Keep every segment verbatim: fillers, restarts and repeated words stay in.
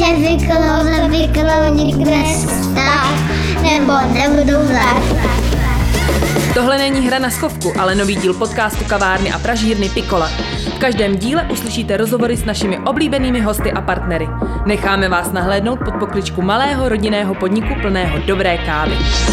nevyklou, nevyklou nikde stát, nebo nebudou zát. Tohle není hra na schovku, ale nový díl podcastu kavárny a pražírny Piccola. V každém díle uslyšíte rozhovory s našimi oblíbenými hosty a partnery. Necháme vás nahlédnout pod pokličku malého rodinného podniku plného dobré kávy.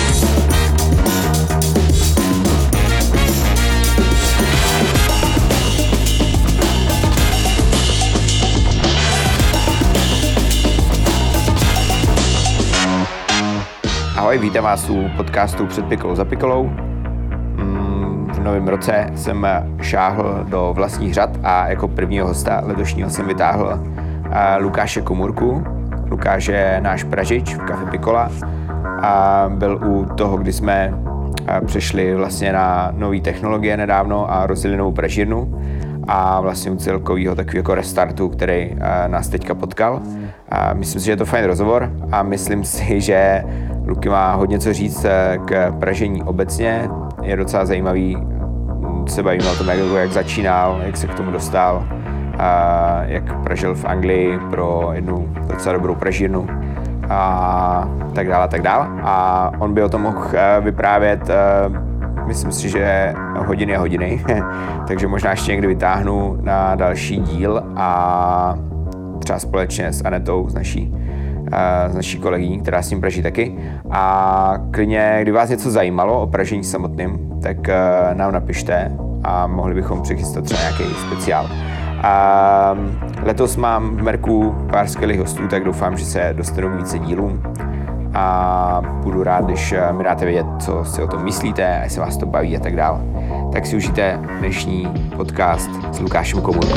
Ahoj, vítám vás u podcastu Před Piccolou za Piccolou. V novém roce jsem šáhl do vlastních řad a jako prvního hosta letošního jsem vytáhl Lukáše Komůrku. Lukáš je náš pražič v Café Piccola a byl u toho, kdy jsme přešli vlastně na nové technologie nedávno a rozjeli novou pražírnu a vlastně u celkového takového jako restartu, který nás teďka potkal. A myslím si, že je to fajn rozhovor a myslím si, že Luky má hodně co říct k pražení obecně. Je docela zajímavý, se bavíme o tom, jak, jak začínal, jak se k tomu dostal, a jak pražil v Anglii pro jednu docela dobrou pražírnu a tak dále, tak dále. A on by o tom mohl vyprávět, myslím si, že hodiny a hodiny, takže možná ještě někdy vytáhnu na další díl a třeba společně s Anetou, s naší, s naší kolegyní, která s ním praží taky. A klidně, kdyby vás něco zajímalo o pražení samotným, tak nám napište a mohli bychom přichystat třeba nějaký speciál. A letos mám v Merku pár skvělých hostů, tak doufám, že se dostanou k více dílům. A budu rád, když mi dáte vědět, co si o tom myslíte a jestli vás to baví a tak dále. Tak si užijte dnešní podcast s Lukášem Komůrkou.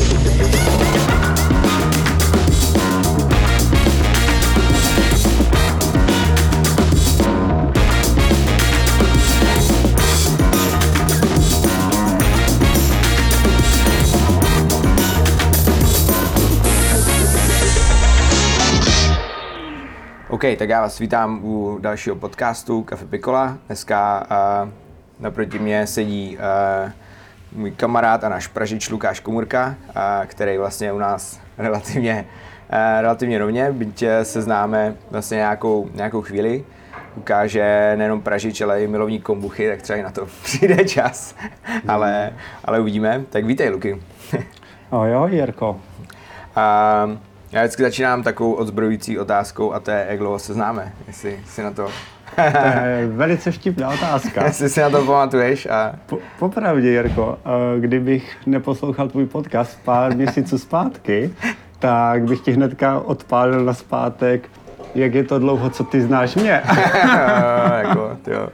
OK, tak já vás vítám u dalšího podcastu Café Piccola. Dneska uh, naproti mě sedí uh, můj kamarád a náš pražič Lukáš Komůrka, uh, který vlastně u nás relativně, uh, relativně rovně, byť se známe vlastně nějakou, nějakou chvíli. Lukáš je nejenom pražič, ale i milovník kombuchy, tak třeba i na to přijde čas, ale, ale uvidíme. Tak vítej, Luky. Ahoj, Jirko. Uh, Já vždycky začínám takovou odzbrojující otázkou a to je, jak dlouho se známe, jestli si na to... To je velice vtipná otázka. Jestli si na to pamatuješ a... Po, popravdě, Jirko, kdybych neposlouchal tvůj podcast pár měsíců zpátky, tak bych ti hnedka odpálil na zpátek, jak je to dlouho, co ty znáš mě. jako, jo.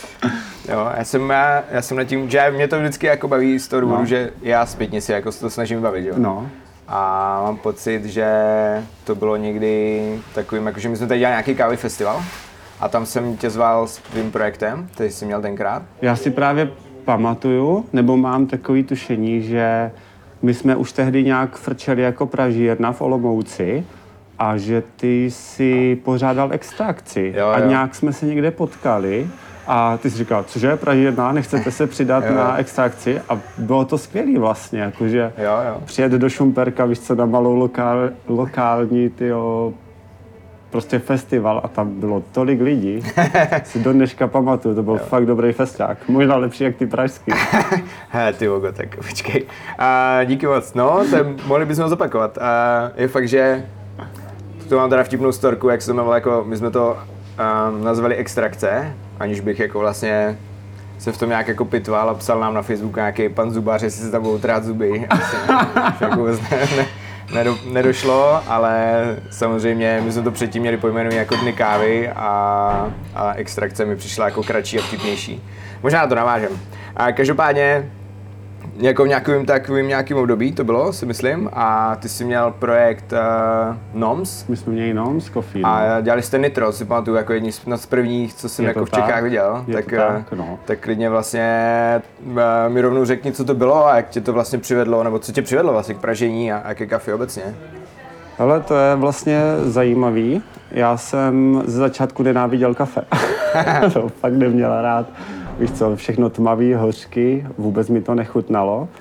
Jo, já jsem, já, já jsem nad tím, že mě to vždycky jako baví z toho důvodu, no. Že já zpětně si jako to snažím bavit, jo. No. A mám pocit, že to bylo někdy takovým, jakože my jsme tady dělali nějaký kávový festival a tam jsem tě zval s tvým projektem, který jsi měl tenkrát. Já si právě pamatuju, nebo mám takový tušení, že my jsme už tehdy nějak frčeli jako pražírna v Olomouci a že ty si pořádal extrakci jo, jo. A nějak jsme se někde potkali. A ty jsi říkal, cože, pražírna, nechcete se přidat na extrakci? A bylo to skvělý vlastně, jakože jo, jo. Přijet do Šumperka, víš co, na malou lokál, lokální, tyjo, prostě festival a tam bylo tolik lidí. Si do dneška pamatuju, to byl jo. Fakt dobrý festák, možná lepší jak ty pražský. He, ty vogo, tak počkej. A díky moc, no, to mohli bychom ho zopakovat. A je fakt, že to mám teda vtipnou storku, jak se to jmenovalo, jako my jsme to um, nazvali extrakce, aniž bych jako vlastně se v tom nějak jako pitval a psal nám na Facebooku nějaký pan zubař, jestli se tam budou trát zuby. Asi jako ne, ne, nedo, nedošlo, ale samozřejmě my jsme to předtím měli pojmenovat jako dny kávy a, a extrakce mi přišla jako kratší a vtipnější. Možná na to navážem. A každopádně jako v nějakým takovým nějakým období to bylo, si myslím, a ty jsi měl projekt uh, Noms. My jsme měli Noms Coffee. A dělali jste Nitro, si pamatuju, jako jedni z prvních, co jsem jako v Čechách tak, viděl. Je tak, to tak, no. Tak klidně vlastně uh, mi rovnou řekni, co to bylo a jak tě to vlastně přivedlo, nebo co tě přivedlo vlastně k pražení a, a ke kafe obecně. Ale to je vlastně zajímavý. Já jsem ze začátku nenáviděl kafe. To fakt neměla rád. Víš co, všechno tmavý, hořky, vůbec mi to nechutnalo.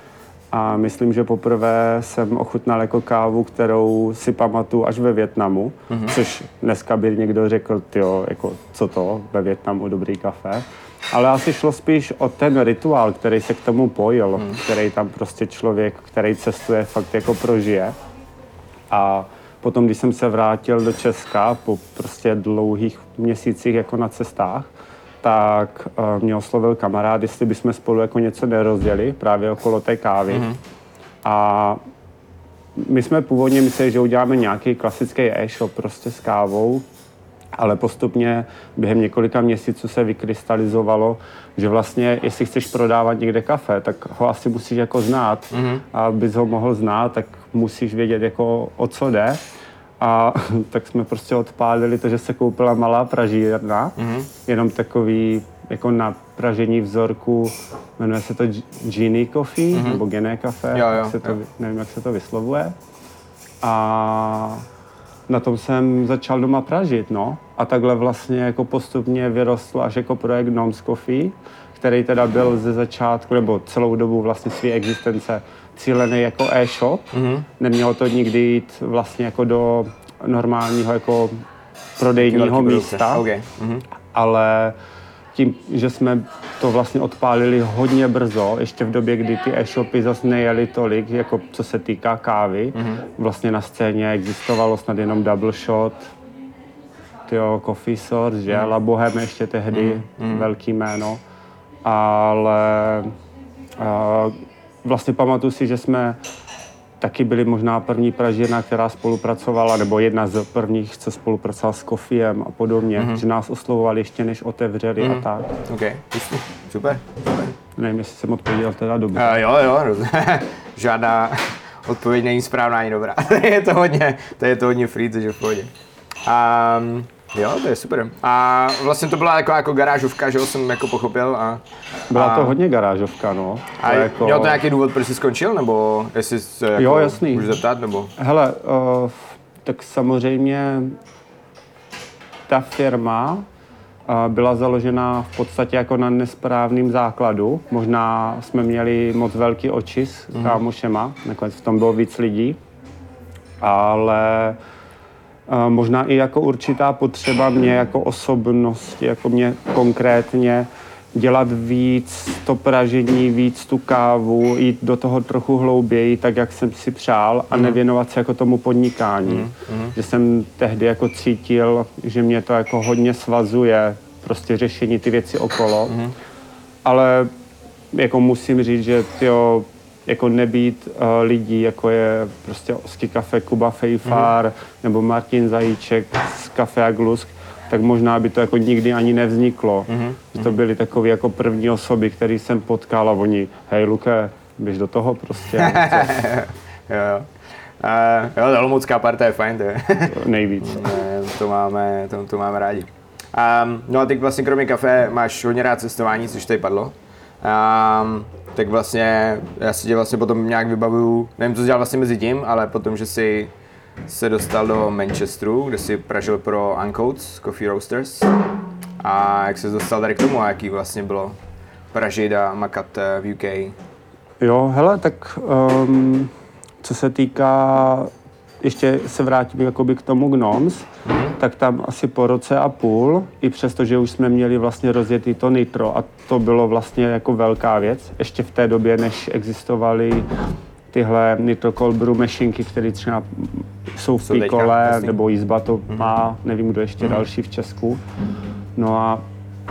A myslím, že poprvé jsem ochutnal jako kávu, kterou si pamatuju až ve Vietnamu, mm-hmm. což dneska by někdo řekl, tyjo, jako co to, ve Vietnamu dobrý kafe. Ale asi šlo spíš o ten rituál, který se k tomu pojil, mm. který tam prostě člověk, který cestuje, fakt jako prožije. A potom, když jsem se vrátil do Česka po prostě dlouhých měsících jako na cestách, tak uh, mě oslovil kamarád, jestli bychom spolu jako něco nerozděli právě okolo té kávy. Mm-hmm. A my jsme původně mysleli, že uděláme nějaký klasický e-shop prostě s kávou, ale postupně během několika měsíců se vykrystalizovalo, že vlastně, jestli chceš prodávat někde kafe, tak ho asi musíš jako znát. Mm-hmm. A abys ho mohl znát, tak musíš vědět, jako o co jde. A tak jsme prostě odpálili to, že se koupila malá pražírna, mm-hmm. jenom takový jako na pražení vzorku, jmenuje se to Genie Coffee, mm-hmm. nebo Gené Café, jo, jo, jak se to, jo. nevím, jak se to vyslovuje. A na tom jsem začal doma pražit, no. A takhle vlastně jako postupně vyrostl až jako projekt Gnomes Coffee, který teda byl ze začátku, nebo celou dobu vlastně své existence cílený jako e-shop. Mm-hmm. Nemělo to nikdy jít vlastně jako do normálního jako prodejního místa, okay. mm-hmm. ale tím, že jsme to vlastně odpálili hodně brzo, ještě v době, kdy ty e-shopy zase nejeli tolik, jako co se týká kávy. Mm-hmm. Vlastně na scéně existovalo snad jenom Double Shot, tyjo, Coffee Source, že? Mm-hmm. La Bohème ještě tehdy mm-hmm. velký jméno, ale uh, vlastně pamatuju si, že jsme taky byli možná první pražírna, která spolupracovala, nebo jedna z prvních, co spolupracovala s Coffeem a podobně, mm-hmm. že nás oslovovali ještě než otevřeli mm-hmm. a tak. OK, super, super. Nevím, jestli jsem odpověděl teda dobře. Uh, jo, jo, žádná odpověď není správná ani dobrá. je to hodně, to je to hodně free, takže v pohodě. Um, Jo, to je super. A vlastně to byla jako, jako garážovka, že jo, jsem jako pochopil. A, byla a, to hodně garážovka, no. A to jako... měl to nějaký důvod, proč jsi skončil, nebo jestli se jako jo, jasný. můžu zeptat, nebo? Hele, uh, tak samozřejmě ta firma uh, byla založena v podstatě jako na nesprávným základu. Možná jsme měli moc velký oči s mm. kámošema, nakonec v tom bylo víc lidí, ale Uh, možná i jako určitá potřeba mě jako osobnosti, jako mě konkrétně dělat víc to pražení, víc tu kávu, jít do toho trochu hlouběji, tak jak jsem si přál a nevěnovat se jako tomu podnikání. Mm. Že jsem tehdy jako cítil, že mě to jako hodně svazuje, prostě řešení ty věci okolo. Mm. Ale jako musím říct, že tyjo, jako nebýt uh, lidí, jako je prostě Oski Café, Kuba Fejfár, mm-hmm. nebo Martin Zajíček z Café Aglusk, tak možná by to jako nikdy ani nevzniklo. Mm-hmm. Že to byly takové jako první osoby, který jsem potkal a oni, hej Luke, běž do toho prostě. jo, jo. Uh, jo, olomoucká parta je fajn, to je. Nejvíc. to, máme, to, to máme rádi. Um, no a teď vlastně kromě kafe máš hodně rád cestování, což tady padlo. Um, tak vlastně, já si tě vlastně potom nějak vybavuju, nevím, co jsi dělal vlastně mezi tím, ale potom, že jsi se dostal do Manchesteru, kde jsi pražil pro Uncoats Coffee Roasters. A jak jsi dostal tady k tomu a jaký vlastně bylo pražit a makat v U K? Jo, hele, tak um, co se týká, ještě se vrátím jakoby k tomu Gnomes, mm-hmm. tak tam asi po roce a půl, i přesto, že už jsme měli vlastně rozjetý to nitro a to bylo vlastně jako velká věc, ještě v té době, než existovaly tyhle nitro cold brew mašinky, které třeba jsou v Pikole, nebo Jizba to mm-hmm. má, nevím, kdo ještě mm-hmm. další v Česku. No a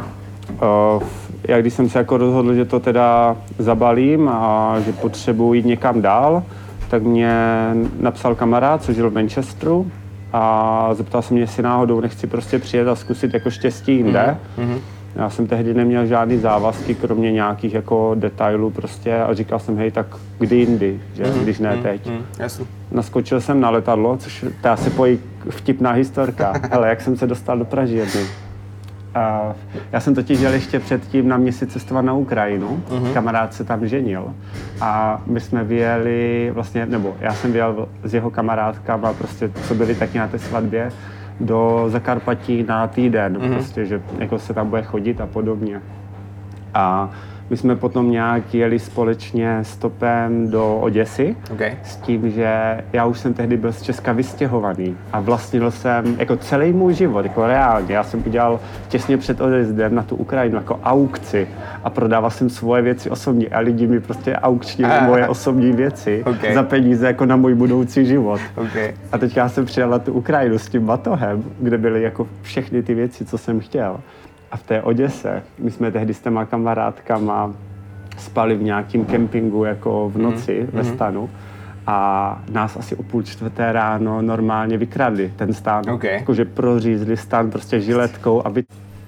uh, já když jsem se jako rozhodl, že to teda zabalím a že potřebuji jít někam dál, tak mě napsal kamarád, co žil v Manchesteru a zeptal se mě, jestli náhodou nechci prostě přijet a zkusit jako štěstí jinde. Mm-hmm. Já jsem tehdy neměl žádný závazky, kromě nějakých jako detailů prostě a říkal jsem, hej, tak kdy jindy, že? Mm-hmm. Když ne teď. Mm-hmm. Jasně. Naskočil jsem na letadlo, což to je asi pojí vtipná historka, ale jak jsem se dostal do pražírny. Uh, já jsem totiž jel ještě předtím na měsíc cestovat na Ukrajinu, uh-huh. kamarád se tam ženil a my jsme vyjeli vlastně, nebo já jsem vyjel s jeho kamarádkama, prostě co byli taky na té svatbě, do Zakarpatí na týden, uh-huh. prostě, že jako se tam bude chodit a podobně. A My jsme potom nějak jeli společně stopem do Oděsy, Okay. s tím, že já už jsem tehdy byl z Česka vystěhovaný a vlastnil jsem jako celý můj život, jako reálně. Já jsem udělal těsně před odjezdem na tu Ukrajinu jako aukci a prodával jsem svoje věci osobní a lidi mi prostě aukčnili moje osobní věci Okay. za peníze jako na můj budoucí život. Okay. A teď já jsem přijel na tu Ukrajinu s tím batohem, kde byly jako všechny ty věci, co jsem chtěl. A v té Oděse, my jsme tehdy s těma kamarádkama spali v nějakém kempingu jako v noci mm-hmm. ve stanu a nás asi o půl čtvrté ráno normálně vykradli ten stan. Okay. Jakože prořízli stan prostě žiletkou, aby...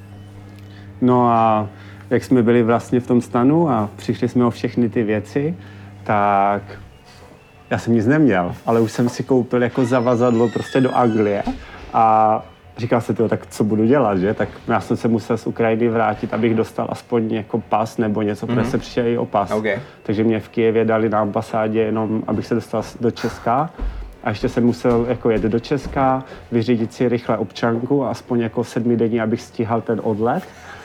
No a jak jsme byli vlastně v tom stanu a přišli jsme o všechny ty věci, tak já jsem nic neměl, ale už jsem si koupil jako zavazadlo prostě do Anglie a říkal se to, tak co budu dělat, že? Tak já jsem se musel z Ukrajiny vrátit, abych dostal aspoň jako pas nebo něco, mm-hmm. protože se přišel i o pas. Okay. Takže mě v Kyjevě dali na ambasádě jenom, abych se dostal do Česka. A ještě jsem musel jako jet do Česka, vyřídit si rychle občanku, aspoň jako sedmidenní, abych stíhal ten odlet.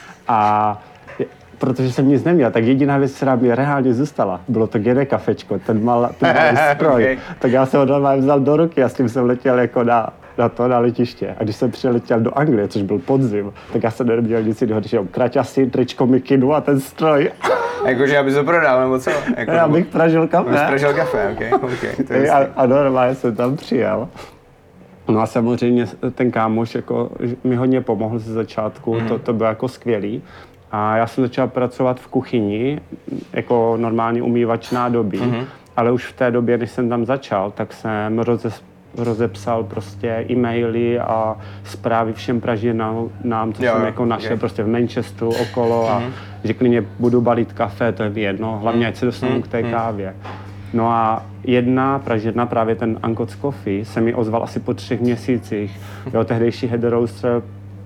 A protože jsem nic neměl, tak jediná věc, která mi reálně zůstala, bylo to Gene kafečko, ten malý stroj. Okay. Tak já jsem ho normálně vzal do ruky a s tím jsem letěl jako na, na to, na letiště. A když jsem přiletěl do Anglie, což byl podzim, tak já jsem neměl nic jiného, když jenom kraťasy, tričko, mikinu a ten stroj. Jakože abys to prodal, nebo co? Jako, já bych pražil kafe. Abys pražil kafe, okej, okay, okay, to je a, a normálně jsem tam přijel. No a samozřejmě ten kámoš jako, mi hodně pomohl ze začátku, mm. to, to bylo jako skvělý. A já jsem začal pracovat v kuchyni, jako normální umývač nádobí, mm-hmm. ale už v té době, než jsem tam začal, tak jsem roze, rozepsal prostě e-maily a zprávy všem pražírnám, nám, co jo, jsem jako našel okay. prostě v Manchesteru okolo mm-hmm. a že klidně budu balit kafe, to je jedno, hlavně ať se dostanu mm-hmm. k té kávě. No a jedna pražírna, právě ten Uncle Coffee, se mi ozval asi po třech měsících. Jo, tehdejší head roaster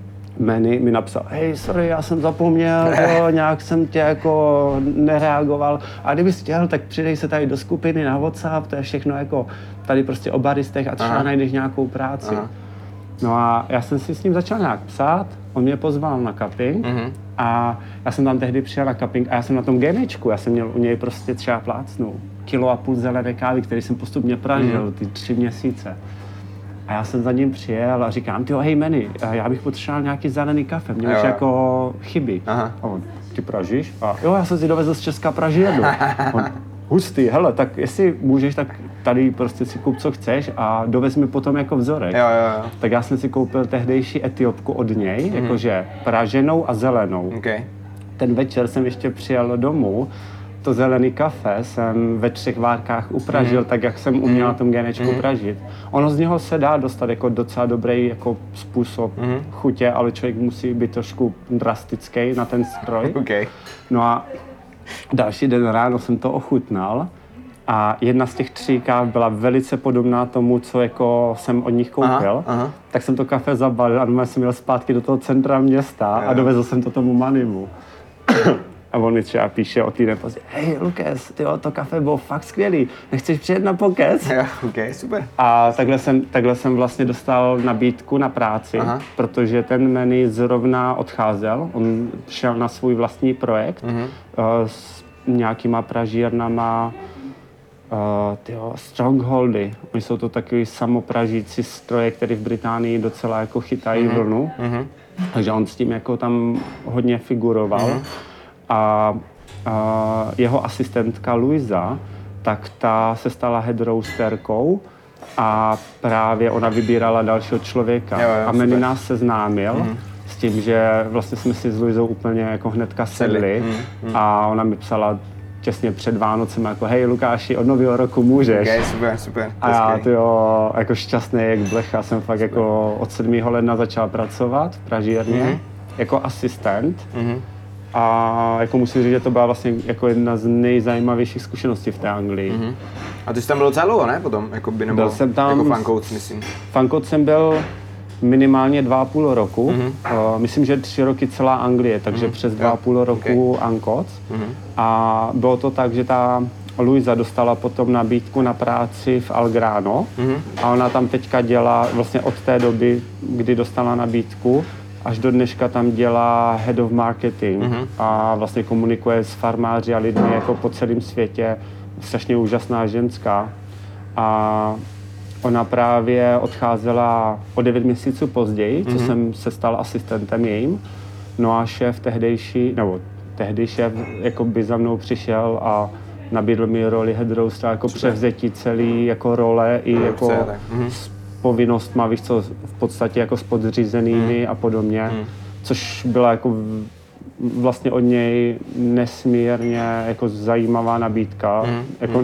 Manny mi napsal, hej, sorry, já jsem zapomněl, jo, nějak jsem tě jako nereagoval. A kdybys chtěl, tak přidej se tady do skupiny na WhatsApp, to je všechno jako tady prostě o baristech a třeba najdeš nějakou práci. Aha. No a já jsem si s ním začal nějak psát, on mě pozval na cupping mm-hmm. a já jsem tam tehdy přijel na cupping a já jsem na tom genečku, já jsem měl u něj prostě třeba plácnu kilo a půl zelené kávy, který jsem postupně pražil mm-hmm. ty tři měsíce. A já jsem za ním přijel a říkám, tyjo, hej Manny, já bych potřeboval nějaký zelený kafe, mě už jako chybí. Aha. A on, ty pražíš? A jo, já jsem si dovezl z Česka pražírnu. On, hustý, hele, tak jestli můžeš, tak tady prostě si kup, co chceš a dovez mi potom jako vzorek. Jo, jo, jo. Tak já jsem si koupil tehdejší Etiopku od něj, mm-hmm. jakože praženou a zelenou. Okay. Ten večer jsem ještě přijel domů, to zelený kafe jsem ve třech várkách upražil, mm. tak jak jsem uměl na tom genečku mm. pražit. Ono z něho se dá dostat jako docela dobrý jako způsob mm. chutě, ale člověk musí být trošku drastický na ten stroj. Okay. No a další den ráno jsem to ochutnal a jedna z těch tří káv byla velice podobná tomu, co jako jsem od nich koupil. Aha, aha. Tak jsem to kafe zabalil a normálně jsem jel zpátky do toho centra města jo. a dovezl jsem to tomu Manimu. A on mi třeba píše o týden později, hej Lukas, tyjo, to kafe bylo fakt skvělý, nechceš přijet na pokec? Jo, ok, super. A takhle jsem, takhle jsem vlastně dostal nabídku na práci, aha. protože ten Manny zrovna odcházel, on šel na svůj vlastní projekt uh-huh. uh, s nějakýma pražírnama, uh, tyjo, Strongholdy. Oni jsou to takový samopražící stroje, které v Británii docela jako chytají uh-huh. vlnu, uh-huh. takže on s tím jako tam hodně figuroval. Uh-huh. A, a jeho asistentka Luisa, tak ta se stala head roasterkou a právě ona vybírala dalšího člověka. Jo, jo, a Manny nás seznámil mm. s tím, že vlastně jsme si s Luisou úplně jako hnedka sedli mm, mm. a ona mi psala těsně před Vánocem jako hej Lukáši, od nového roku můžeš. Okay, super, super. A já tyjo, jako šťastný jak blecha jsem fakt super. Jako od sedmého ledna začal pracovat v pražírně mm. jako asistent. Mm. A jako musím říct, že to byla vlastně jako jedna z nejzajímavějších zkušeností v té Anglii. Mm-hmm. A ty jsi tam byl docela dlouho, ne? Potom, jako by nebyl, byl jsem tam, jako fancoach, myslím. Fancoach jsem byl minimálně dva a půl roku. Mm-hmm. Uh, myslím, že tři roky celá Anglie, takže mm-hmm. přes dva a půl roku okay. Ancoach. Mm-hmm. A bylo to tak, že ta Luisa dostala potom nabídku na práci v Algrano mm-hmm. a ona tam teďka dělá vlastně od té doby, kdy dostala nabídku, až do dneška tam dělá head of marketing mm-hmm. a vlastně komunikuje s farmáři a lidmi jako po celém světě. Strašně úžasná ženská. A ona právě odcházela o devět měsíců později, mm-hmm. co jsem se stal asistentem jejím. No a šéf tehdejší, nebo tehdy šéf jako by za mnou přišel a nabídl mi roli head roastera, jako převzetí celý jako role i jako mm-hmm. s povinnostma, víš co, v podstatě jako s podřízenými mm. a podobně, mm. což byla jako vlastně od něj nesmírně jako zajímavá nabídka. Mm. Jako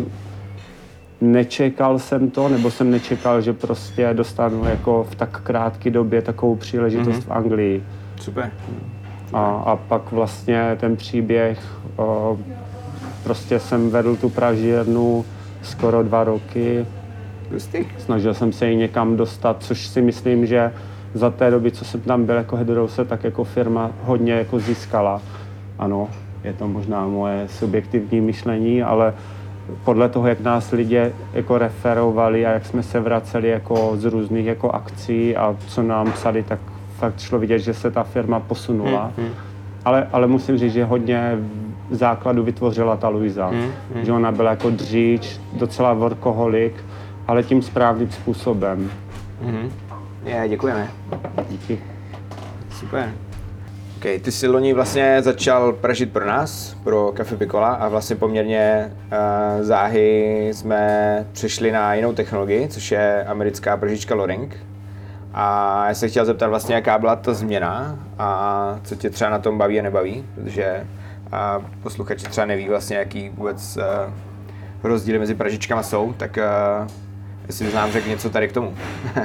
nečekal jsem to, nebo jsem nečekal, že prostě dostanu jako v tak krátké době takovou příležitost mm. v Anglii. Super. A, a pak vlastně ten příběh, o, prostě jsem vedl tu pražírnu skoro dva roky. Hustý. Snažil jsem se ji někam dostat, což si myslím, že za té doby, co jsem tam byl jako head roaster, tak jako firma hodně jako získala. Ano, je to možná moje subjektivní myšlení, ale podle toho, jak nás lidé jako referovali a jak jsme se vraceli jako z různých jako akcí a co nám psali, tak fakt šlo vidět, že se ta firma posunula. Hmm, hmm. Ale, ale musím říct, že hodně základu vytvořila ta Luisa. Hmm, hmm. Že ona byla jako dříč, docela workoholik, ale tím správným způsobem. Mhm. Je, děkujeme. Díky. Super. Okay, ty jsi loni vlastně začal pražit pro nás, pro Café Piccola a vlastně poměrně uh, záhy jsme přešli na jinou technologii, což je americká pražička Loring. A já se chtěl zeptat vlastně, jaká byla ta změna a co tě třeba na tom baví a nebaví, protože uh, posluchači třeba neví vlastně, jaký vůbec uh, rozdíly mezi pražičkama jsou, tak uh, jestli bys nám řekl něco tady k tomu.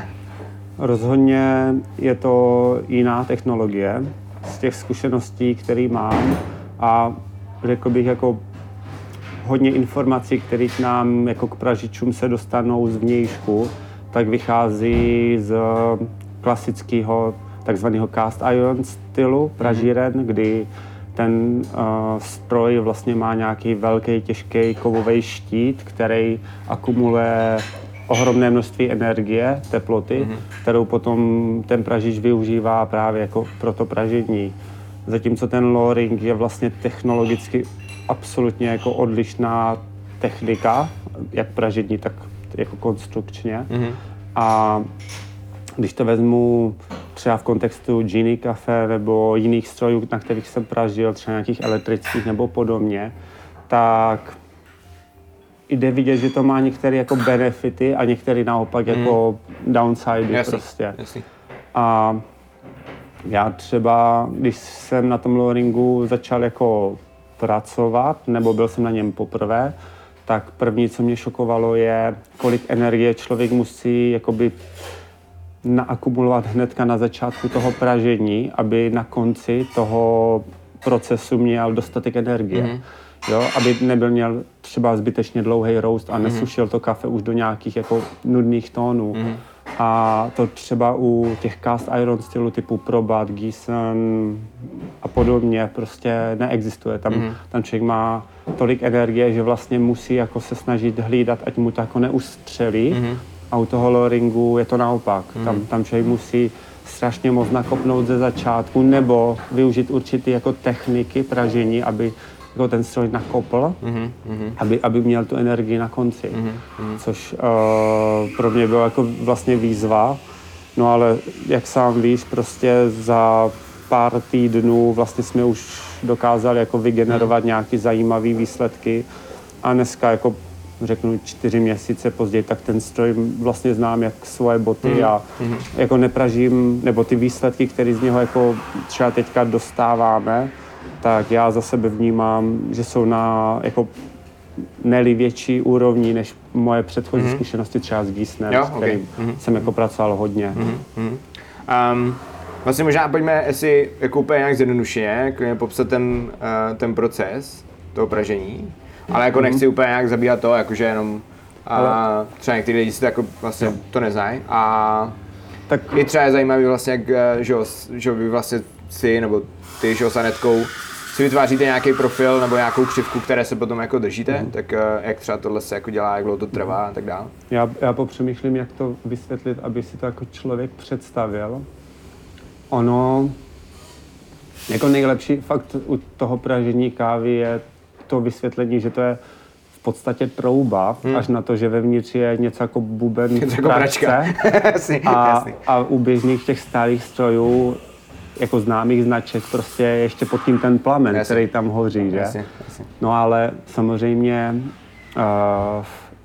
Rozhodně je to jiná technologie z těch zkušeností, které mám a řekl bych jako hodně informací, které k nám jako k pražičům se dostanou z vnějšku, tak vychází z klasického takzvaného cast iron stylu pražíren, mm-hmm. kdy ten uh, stroj vlastně má nějaký velký, těžký kovový štít, který akumuluje ohromné množství energie, teploty, mm-hmm. kterou potom ten pražič využívá právě jako pro to pražení. Zatímco ten Loring je vlastně technologicky absolutně jako odlišná technika, jak pražení, tak jako konstrukčně. Mm-hmm. A když to vezmu třeba v kontextu Genie Café nebo jiných strojů, na kterých jsem pražil, třeba nějakých elektrických nebo podobně, tak jde vidět, že to má některé jako benefity a některé naopak mm. jako downside jasný, prostě. Jasný. A já třeba, když jsem na tom Loringu začal jako pracovat, nebo byl jsem na něm poprvé, tak první, co mě šokovalo, je, kolik energie člověk musí jakoby naakumulovat hnedka na začátku toho pražení, aby na konci toho procesu měl dostatek energie. Mm. Jo, aby nebyl měl třeba zbytečně dlouhý roast a nesušil to kafe už do nějakých jako nudných tónů. Mm. A to třeba u těch cast iron stylu typu Probat, Gießen a podobně prostě neexistuje. Tam, mm. tam člověk má tolik energie, že vlastně musí jako se snažit hlídat, ať mu to jako neustřelí. Mm. A u toho Loringu je to naopak. Mm. Tam, tam člověk musí strašně moc nakopnout ze začátku nebo využít určitý jako techniky pražení, aby jako ten stroj nakopl, mm-hmm. aby, aby měl tu energii na konci. Mm-hmm. Což uh, pro mě bylo jako vlastně výzva. No ale jak sám víš, prostě za pár týdnů vlastně jsme už dokázali jako vygenerovat mm. nějaké zajímavé výsledky. A dneska jako řeknu čtyři měsíce později, tak ten stroj vlastně znám jak svoje boty mm. a mm. jako nepražím, nebo ty výsledky, které z něho jako třeba teďka dostáváme, tak já za sebe vnímám, že jsou na jako ne-li větší úrovni než moje předchozí mm-hmm. zkušenosti třeba s Gießenem, s kterým okay. mm-hmm. jsem jako pracoval hodně. Mm-hmm. Um, vlastně možná pojďme, jestli jako úplně nějak zjednodušeně, popsat ten, uh, ten proces toho pražení, ale jako mm-hmm. nechci úplně nějak zabíhat to, jakože jenom a ale... třeba některý lidi si to jako vlastně no. to neznají a tak je třeba zajímavý vlastně, jak, že, že vy vlastně si, nebo ty, že s Anetkou si vytváříte nějaký profil nebo nějakou křivku, které se potom jako držíte, mm. tak jak třeba tohle se jako dělá, jak dlouho to trvá a tak dále? Já, já popřemýšlím, jak to vysvětlit, aby si to jako člověk představil. Ono, jako nejlepší fakt u toho pražení kávy je to vysvětlení, že to je v podstatě trouba, hmm. až na to, že vevnitř je něco jako buben jako pračka. jasný, a, jasný. a u běžných těch starých strojů, jako známých značek, prostě je ještě pod tím ten plamen, jasný. který tam hoří, že? Jasný, jasný. No ale samozřejmě, uh,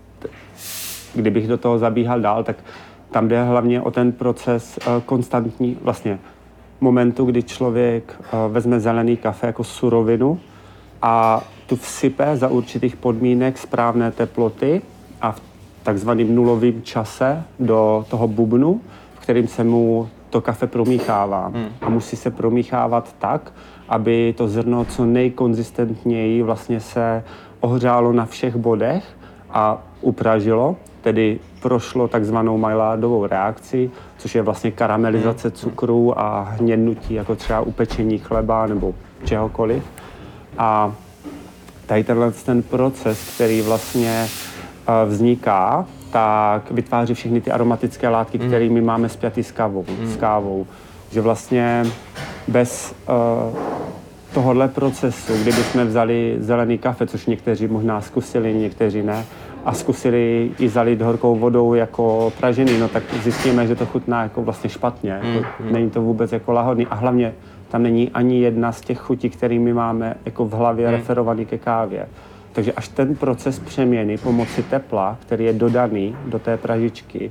kdybych do toho zabíhal dál, tak tam jde hlavně o ten proces uh, konstantní, vlastně momentu, kdy člověk uh, vezme zelený kafe jako surovinu a tu vsype za určitých podmínek správné teploty a v takzvaným nulovým čase do toho bubnu, v kterým se mu to kafe promíchává. Hmm. A musí se promíchávat tak, aby to zrno co nejkonzistentněji vlastně se ohřálo na všech bodech a upražilo, tedy prošlo takzvanou Maillardovou reakci, což je vlastně karamelizace cukru a hnědnutí, jako třeba upečení chleba nebo čehokoliv. A tady tenhle ten proces, který vlastně vzniká, tak vytváří všechny ty aromatické látky, mm. které my máme spjatý s kávou, mm. s kávou. Že vlastně bez uh, tohohle procesu, kdyby jsme vzali zelený kafe, což někteří možná zkusili, někteří ne, a zkusili i zalít horkou vodou jako pražený, no tak zjistíme, že to chutná jako vlastně špatně. Mm. Jako, není to vůbec jako lahodný a hlavně tam není ani jedna z těch chutí, které my máme jako v hlavě mm. referovaný ke kávě. Takže až ten proces přeměny pomocí tepla, který je dodaný do té pražičky,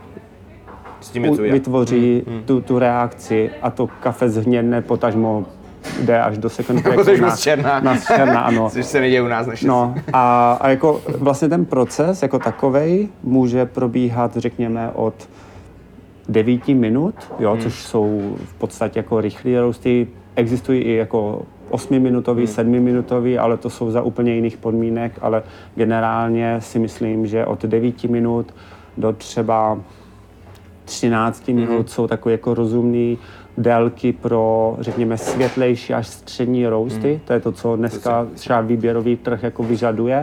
u, vytvoří mm, mm. Tu, tu reakci a to kafe zhnědne, potažmo jde až do second cracku na, černá. na černá, ano. Což se neděje u nás naštěstí. No, a, a jako vlastně ten proces jako takovej může probíhat, řekněme, od devíti minut, jo, mm. což jsou v podstatě jako rychlý roasty. Existují i jako osmiminutový, hmm. sedmiminutový, ale to jsou za úplně jiných podmínek, ale generálně si myslím, že od devíti minut do třeba třinácti minut hmm. jsou takové jako rozumné délky pro, řekněme, světlejší až střední roasty. Hmm. To je to, co dneska třeba výběrový trh jako vyžaduje.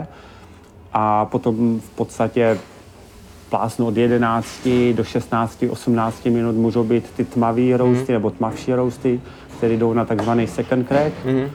A potom v podstatě plásnu od jedenácti do šestnácti, osmnácti minut můžou být ty tmavý roasty hmm. nebo tmavší roasty, které jdou na takzvaný second crack. Mm-hmm.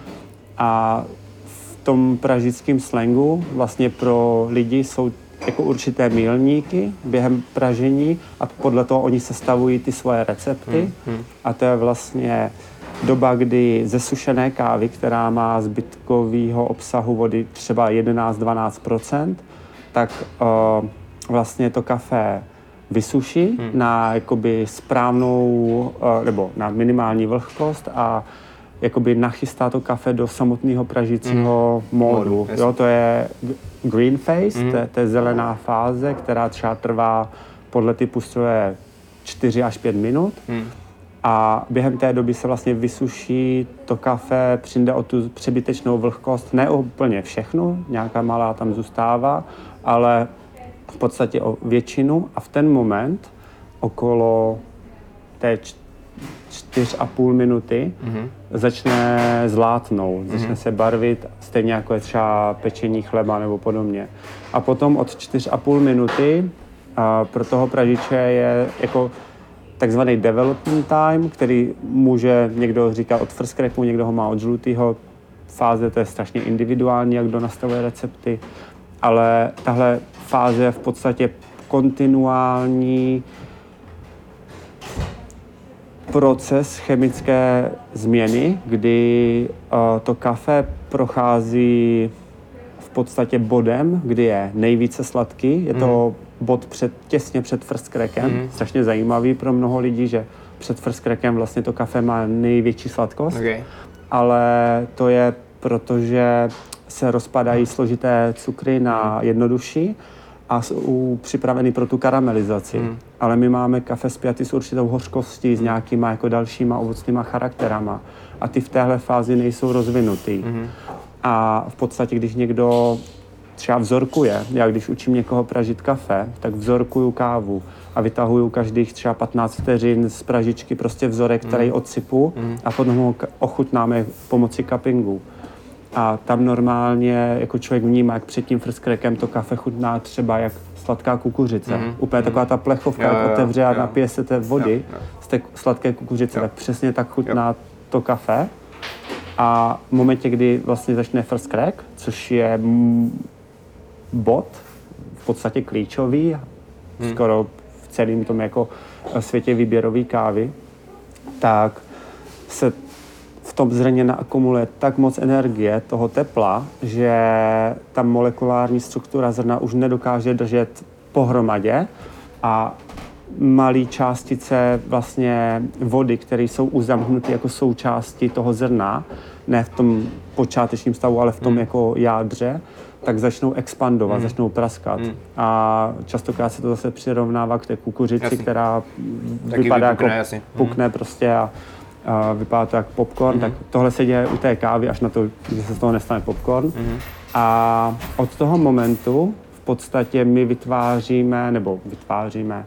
A v tom pražickém slangu vlastně pro lidi jsou jako určité milníky během pražení a podle toho oni sestavují ty svoje recepty. Mm-hmm. A to je vlastně doba, kdy ze sušené kávy, která má zbytkového obsahu vody třeba jedenáct až dvanáct procent, tak uh, vlastně to kafe vysuší hmm. na jakoby správnou, nebo na minimální vlhkost a jakoby nachystá to kafe do samotného pražícího hmm. módu. Jo, to je green phase, hmm. to, je, to je zelená fáze, která třeba trvá podle typu stroje čtyři až pět minut. Hmm. A během té doby se vlastně vysuší to kafe, přijde o tu přebytečnou vlhkost, ne úplně všechno, nějaká malá tam zůstává, ale v podstatě o většinu a v ten moment okolo té čtyři a půl minuty mm-hmm. začne zlátnout, začne mm-hmm. se barvit, stejně jako je třeba pečení chleba nebo podobně. A potom od čtyři a půl minuty a pro toho pražiče je jako takzvaný development time, který může někdo říkat od first cracku, někdo ho má od žlutého fáze, to je strašně individuální, jak kdo nastavuje recepty, ale tahle fáze je v podstatě kontinuální proces chemické změny, kdy uh, to kafe prochází v podstatě bodem, kdy je nejvíce sladký. Je to mm. bod před, těsně před first crackem. Mm. Strašně zajímavý pro mnoho lidí, že před first crackem vlastně to kafe má největší sladkost. Okay. Ale to je proto, že se rozpadají složité cukry na jednodušší a jsou připraveny pro tu karamelizaci. Mm. Ale my máme kafe spjatý s určitou hořkostí, s nějakýma jako dalšíma ovocnýma charakterama. A ty v téhle fázi nejsou rozvinutý. Mm. A v podstatě, když někdo třeba vzorkuje, já když učím někoho pražit kafe, tak vzorkuju kávu a vytahuju každých třeba patnáct vteřin z pražičky prostě vzorek, který mm. odsypu mm. a potom ho ochutnáme pomocí cuppingu. A tam normálně jako člověk vnímá, jak před tím first crackem to kafe chutná třeba jak sladká kukuřice. Mm-hmm. Úplně taková ta plechovka, jak otevře a napije se té vody. Jo, jo. z té sladké kukuřice, tak přesně tak chutná jo. to kafe. A v momentě, kdy vlastně začne first crack, což je bod v podstatě klíčový, hmm. skoro v celém tom jako světě výběrové kávy, tak se v tom zrně naakumuluje tak moc energie, toho tepla, že ta molekulární struktura zrna už nedokáže držet pohromadě a malé částice vlastně vody, které jsou uzamknuté jako součástí toho zrna, ne v tom počátečním stavu, ale v tom mm. jako jádře, tak začnou expandovat, mm. začnou praskat. Mm. A častokrát se to zase přirovnává k té kukuřici, jasný. která Taky vypadá vypukne, jako jasný. pukne mm. prostě a, a vypadá to jako popcorn. Mm. Tak tohle se děje u té kávy, až na to, že se z toho nestane popcorn. Mm. A od toho momentu v podstatě my vytváříme, nebo vytváříme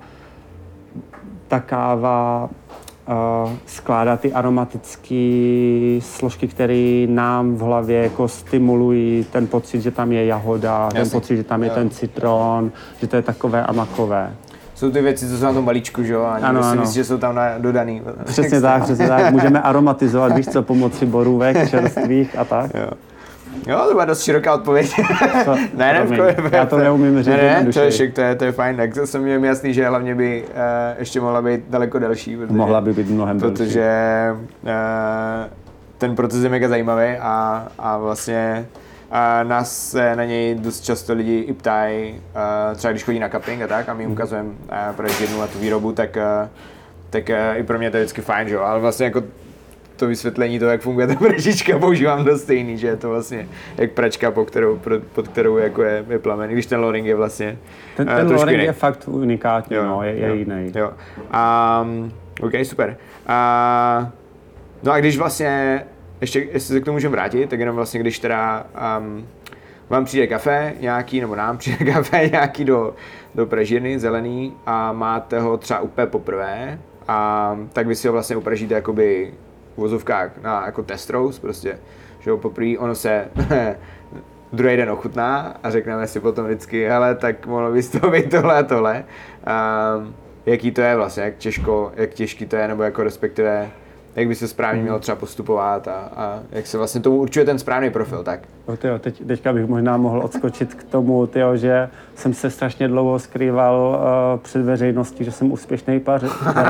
ta káva uh, skládá ty aromatické složky, které nám v hlavě jako stimulují ten pocit, že tam je jahoda, Jasný. ten pocit, že tam je jo. ten citron, že to je takové a makové. Jsou ty věci, co jsou na tom balíčku, že jo? A ano, si myslí, že jsou tam na, dodaný. Přesně tak, přesně tak. Můžeme aromatizovat, víš co, pomocí borůvek, čerstvých a tak. Jo. Jo, to byla dost široká odpověď. To, ne, ne, v kole, já to neumím říct. Ne, ne, to je šik, to je, to je fajn. Tak to jsem měl jasný, že hlavně by uh, ještě mohla být daleko delší. Protože, mohla by být mnohem delší. Protože uh, ten proces je mega zajímavý a, a vlastně uh, nás se na něj dost často lidi i ptají, uh, třeba když chodí na cupping a tak a my jim ukazujeme uh, pražírnu a tu výrobu, tak, uh, tak uh, i pro mě to je vždycky fajn, že jo, ale vlastně jako to vysvětlení toho, jak funguje ta pražička, používám dost stejný, že je to vlastně jak pračka, pod kterou, pod kterou jako je, je plamen, když ten loading je vlastně Ten, ten uh, loading je fakt unikátní, jo, no, je, je jo, jiný. Jo. Um, OK, super. Uh, no a když vlastně, ještě, jestli se k tomu můžeme vrátit, tak jenom vlastně, když teda um, vám přijde kafe nějaký, nebo nám přijde kafe nějaký do, do pražírny, zelený, a máte ho třeba úplně poprvé, a tak vy si ho vlastně upražíte jakoby v vozovkách na jako test roast, prostě, že jo, poprvé ono se druhý den ochutná a řekneme si potom vždycky, hele, tak mohlo by z toho být tohle a tohle. Um, jaký to je vlastně, jak těžko, jak těžký to je, nebo jako respektive, jak by se správně mělo třeba postupovat a, a jak se vlastně tomu určuje ten správný profil, tak? No tyjo, teď, teďka bych možná mohl odskočit k tomu, tyjo, že jsem se strašně dlouho skrýval uh, před veřejností, že jsem úspěšný pařič.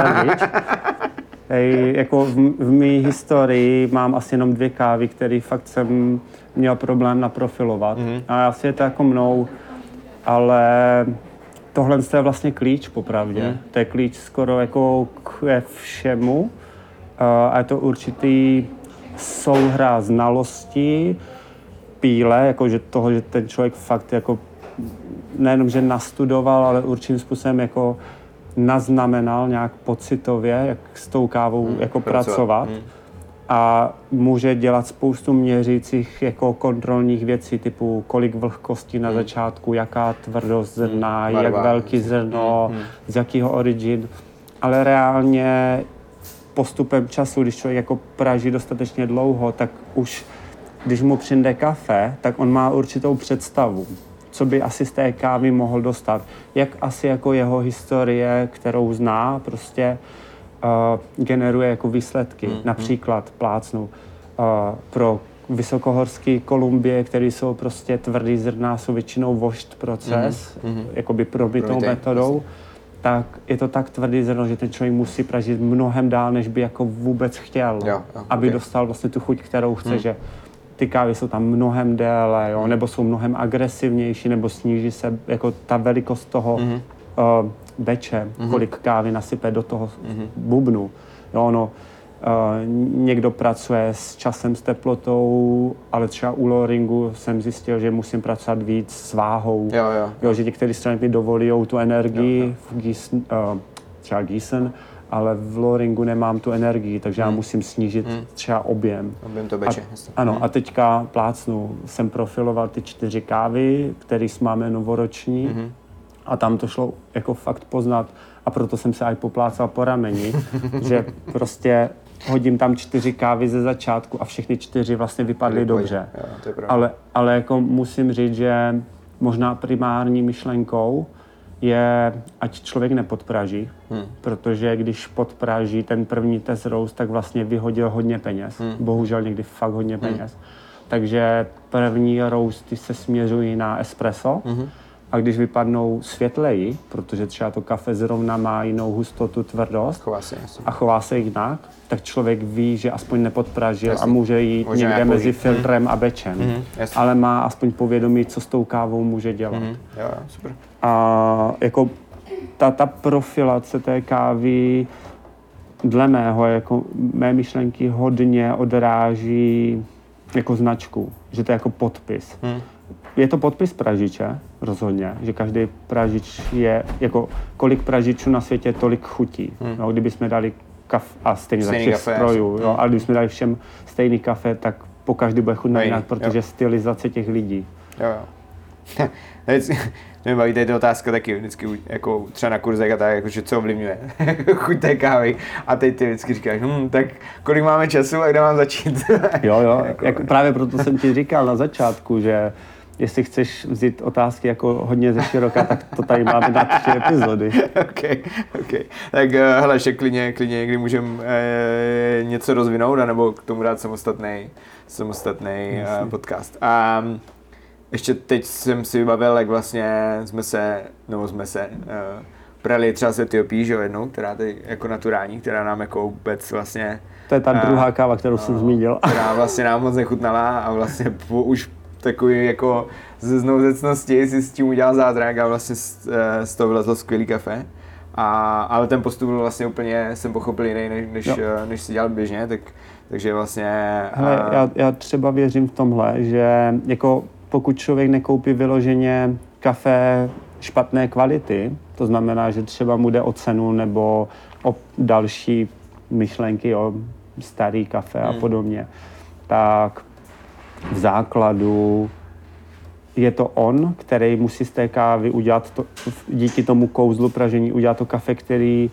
Hej, jako v, v mý historii mám asi jenom dvě kávy, které fakt jsem měl problém naprofilovat. Mm-hmm. A asi je to jako mnou, ale tohle je vlastně klíč popravdě. Mm. To je klíč skoro jako ke všemu. Uh, a je to určitý souhra znalostí, píle, jako že toho, že ten člověk fakt jako nejenom, že nastudoval, ale určitým způsobem jako naznamenal nějak pocitově, jak s tou kávou hmm, jako pracovat. Hmm. A může dělat spoustu měřících jako kontrolních věcí, typu kolik vlhkosti na hmm. začátku, jaká tvrdost zrna, hmm. jak velký zrno, hmm. z jakého origin. Ale reálně postupem času, když člověk jako praží dostatečně dlouho, tak už když mu přijde kafe, tak on má určitou představu, co by asi z té kávy mohl dostat. Jak asi jako jeho historie, kterou zná, prostě uh, generuje jako výsledky. Mm, Například plácnu uh, pro vysokohorský Kolumbie, které jsou prostě tvrdý zrna, jsou většinou vošt proces, mm, mm. jakoby probitou metodou, tak je to tak tvrdý zrno, že ten člověk musí pražit mnohem dál, než by jako vůbec chtěl, jo, jo, aby okay. dostal vlastně tu chuť, kterou chce, mm. že ty kávy jsou tam mnohem déle, jo, nebo jsou mnohem agresivnější, nebo sníží se jako ta velikost toho mm-hmm. uh, beče, mm-hmm. kolik kávy nasype do toho mm-hmm. bubnu. Jo, ono, uh, někdo pracuje s časem, s teplotou, ale třeba u loringu jsem zjistil, že musím pracovat víc s váhou. Jo, jo. Jo, že některé strany mi dovolí tu energii, jo, jo. v Gießen, uh, třeba Gießen, ale v loringu nemám tu energii, takže hmm. já musím snížit hmm. třeba objem. Objem to beče. A, ano, hmm. a teďka plácnu, jsem profiloval ty čtyři kávy, které máme novoroční, hmm. a tam to šlo jako fakt poznat, a proto jsem se aj poplácal po rameni, že prostě hodím tam čtyři kávy ze začátku a všechny čtyři vlastně vypadly dobře. Jo, to je ale, ale jako musím říct, že možná primární myšlenkou je, ať člověk nepodpraží, hmm. protože když podpraží ten první test roast, tak vlastně vyhodil hodně peněz. Hmm. Bohužel někdy fakt hodně peněz. Hmm. Takže první roasty se směřují na espresso hmm. a když vypadnou světleji, protože třeba to kafe zrovna má jinou hustotu, tvrdost chová se, a chová se jinak, tak člověk ví, že aspoň nepodpražil jasně. A může jít může někde mezi filtrem hmm. a bečem. Hmm. Ale má aspoň povědomí, co s tou kávou může dělat. Hmm. Jo, super. A jako ta, ta profilace té kávy dle mého, jako mé myšlenky hodně odráží jako značku, že to je jako podpis. Hmm. Je to podpis pražiče, rozhodně, že každý pražič je, jako kolik pražičů na světě, tolik chutí. Hmm. No, kdybychom dali kafe, a stejně za všech strojů, jo, ale kdybychom dali všem stejný kafe, tak po každý bude chutnat jinak, protože jo. Stylizace těch lidí. Jo, jo. Mě baví tady ta otázka taky vždycky, jako třeba na kurzech a tak, jakože co ovlivňuje chuť té kávy. A teď ty vždycky říkáš, hm, tak kolik máme času a kde mám začít? Jo, jo, jako, jako, právě proto jsem ti říkal na začátku, že jestli chceš vzít otázky jako hodně ze široka, tak to tady máme na tři epizody. OK, OK. Tak hele, ještě klidně, klidně někdy můžeme e, něco rozvinout, anebo k tomu dát samostatný samostatný e, podcast. A ještě teď jsem si vybavil, jak vlastně jsme se, nebo jsme se uh, prali třeba s Etiopí, že jo, jednou, která tady jako naturální, která nám jako vůbec vlastně... To je ta uh, druhá káva, kterou uh, jsem zmínil. Která vlastně nám moc nechutnala a vlastně po, už takový jako ze znouzecnosti si s tím udělal zázrak a vlastně z, z toho vylezlo skvělý kafe. A, ale ten postup byl vlastně úplně, jsem pochopil jiný, než, než, než si dělal běžně, tak, takže vlastně... Hele, uh, já, já třeba věřím v tomhle, že jako pokud člověk nekoupí vyloženě kafe špatné kvality, to znamená, že třeba mu jde o cenu nebo o další myšlenky, o starý kafe a podobně, tak v základu je to on, který musí z té kávy udělat to, díky tomu kouzlu pražení, udělat to kafe, který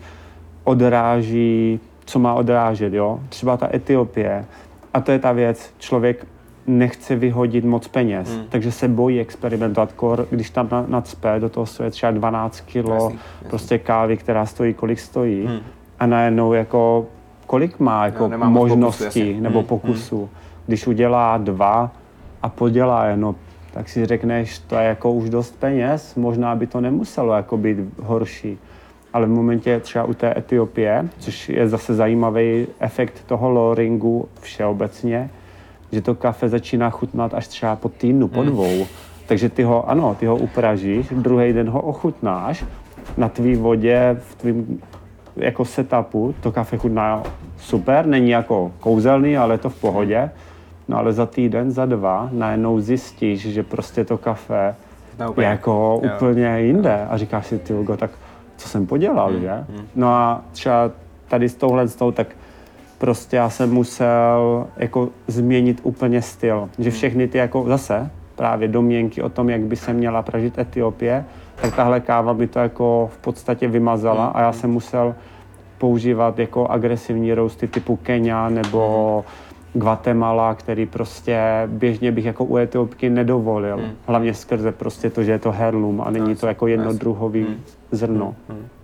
odráží, co má odrážet, jo? Třeba ta Etiopie. A to je ta věc, člověk nechce vyhodit moc peněz, hmm. takže se bojí experimentovat, kor, když tam nacpe do toho stojí třeba dvanáct kilo jasný, jasný. Prostě kávy, která stojí, kolik stojí hmm. a najednou jako, kolik má jako no, možností pokusu, nebo hmm. pokusů. Hmm. Když udělá dva a podělá jenom, tak si řekneš, to je jako už dost peněz, možná by to nemuselo jako být horší. Ale v momentě třeba u té Etiopie, což je zase zajímavý efekt toho loringu všeobecně, že to kafe začíná chutnat až třeba po týdnu, po dvou. Hmm. Takže ty ho, ano, ty ho upražíš, druhý den ho ochutnáš, na tvý vodě, v tvým jako setupu, to kafe chutná super, není jako kouzelný, ale je to v pohodě. No ale za týden, za dva, najednou zjistíš, že prostě to kafe no, je jako jo. úplně jinde. A říkáš si, ty Hugo, tak co jsem podělal, hmm. že? Hmm. No a třeba tady s touhle s tou, tak prostě já jsem musel jako změnit úplně styl. Že všechny ty jako zase právě domněnky o tom, jak by se měla pražit Etiopie, tak tahle káva by to jako v podstatě vymazala a já jsem musel používat jako agresivní roasty typu Kenya nebo Guatemala, který prostě běžně bych jako u Etiopky nedovolil. Hlavně skrze prostě to, že je to heirloom a není to jako jednodruhový zrno.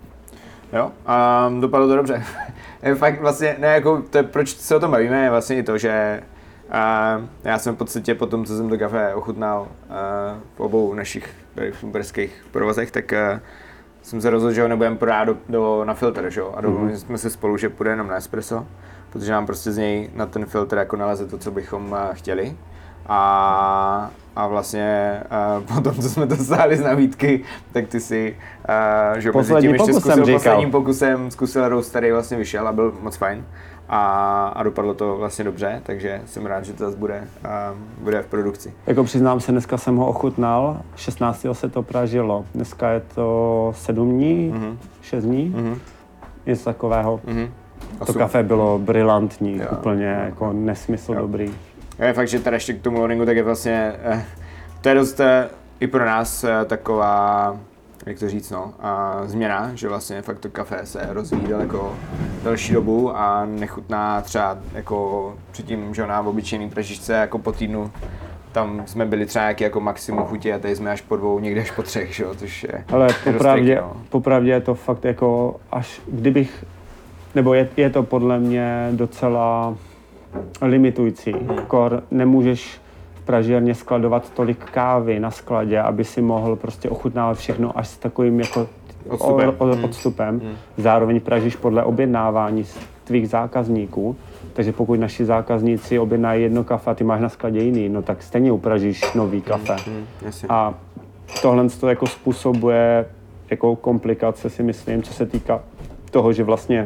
Jo, a dopadlo to dobře. Fakt vlastně, ne, jako, to je, proč se o tom bavíme, je vlastně i to, že a já jsem v podstatě po tom, co jsem to kafe ochutnal a, v obou našich šumperských provozech, tak a, jsem se rozhodl, že ho nebudeme podat do, do, na filtr, že? A domluvili jsme se spolu, že půjde jenom na espresso, protože nám prostě z něj na ten filtr jako naleze to, co bychom a, chtěli. A, a vlastně a potom, co jsme dostali z nabídky, tak ty si, a, že mezi tím ještě zkusil, posledním pokusem zkusil roast, který vlastně vyšel a byl moc fajn. A, a dopadlo to vlastně dobře, takže jsem rád, že to zase bude, a, bude v produkci. Jako přiznám se, dneska jsem ho ochutnal, šestnáctého se to pražilo, dneska je to sedm dní, mm-hmm. šest dní, mm-hmm. něco takového. Mm-hmm. To kafe bylo brilantní, jo. úplně jo. jako nesmysl jo. dobrý. Je fakt, že teda ještě k tomu loadingu, tak je vlastně, eh, to je dost eh, i pro nás eh, taková, jak to říct, no, a změna, že vlastně fakt to kafe se rozvíjí daleko delší dobu a nechutná třeba jako předtím, že na obyčejný pražičce jako po týdnu tam jsme byli třeba nějaký jako maximum chutě a tady jsme až po dvou, někde až po třech, že jo, což je... Ale je popravdě, dost no. popravdě je to fakt jako až kdybych, nebo je, je to podle mě docela limitující. Hmm. Kor nemůžeš v pražírně skladovat tolik kávy na skladě, aby si mohl prostě ochutnávat všechno až s takovým jako odstupem. O, o, odstupem. Hmm. Zároveň pražíš podle objednávání tvých zákazníků. Takže pokud naši zákazníci objednají jedno kafe a ty máš na skladě jiný, no tak stejně upražíš nový kafe. Mm, mm, a tohle to jako způsobuje jako komplikace, si myslím, co se týká toho, že vlastně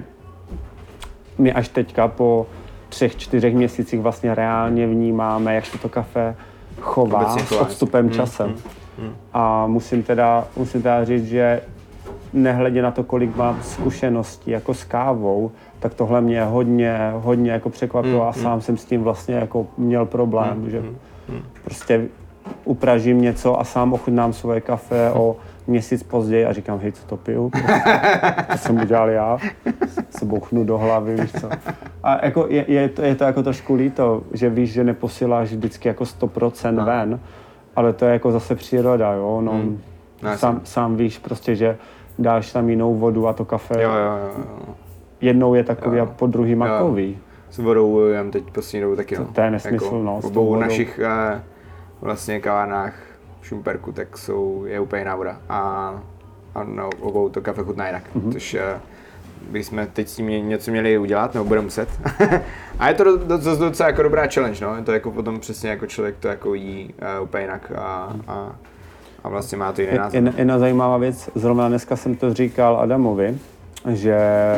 my až teďka po třech, čtyřech měsících vlastně reálně vnímáme, jak se to kafe chová s odstupem časem. Mm, mm, mm. A musím teda, musím teda říct, že nehledě na to, kolik mám zkušeností jako s kávou, tak tohle mě hodně, hodně jako překvapilo mm, a sám mm. jsem s tím vlastně jako měl problém, mm, že mm, mm. prostě upražím něco a sám ochutnám svoje kafe mm. o měsíc později a říkám, hej, co to piju? To jsem udělal já, se bouchnu do hlavy, víš co. A jako je, je, to, je to jako trošku líto, že víš, že neposíláš vždycky jako sto procent no. ven, ale to je jako zase příroda, jo, no, mm. sám, sám víš prostě, že dáš tam jinou vodu a to kafe jo, jo, jo. jednou je takový jo. a po druhý makový. S vodou jem teď poslední dobu taky, no. To, to je nesmysl, jako no. V obou našich uh, vlastně kavárnách v Šumperku, tak jsou, je úplně jiná voda. A, a na obou to kafe chutná jinak. Mm-hmm. Což uh, bychom teď s tím něco měli udělat, nebo budeme muset. A je to docela do, do, do, jako dobrá challenge, no. Je to jako potom přesně jako člověk to jako jí uh, úplně jinak a, a A vlastně má to jiný název. Jedna, jedna zajímavá věc, zrovna dneska jsem to říkal Adamovi, že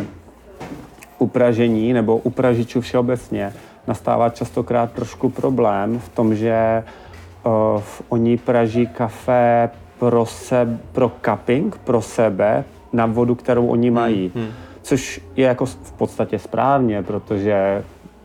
u pražení nebo u pražičů všeobecně nastává častokrát trošku problém v tom, že uh, oni praží kafe pro, sebe, pro cupping, pro sebe, na vodu, kterou oni mají. Hmm, hmm. Což je jako v podstatě správně, protože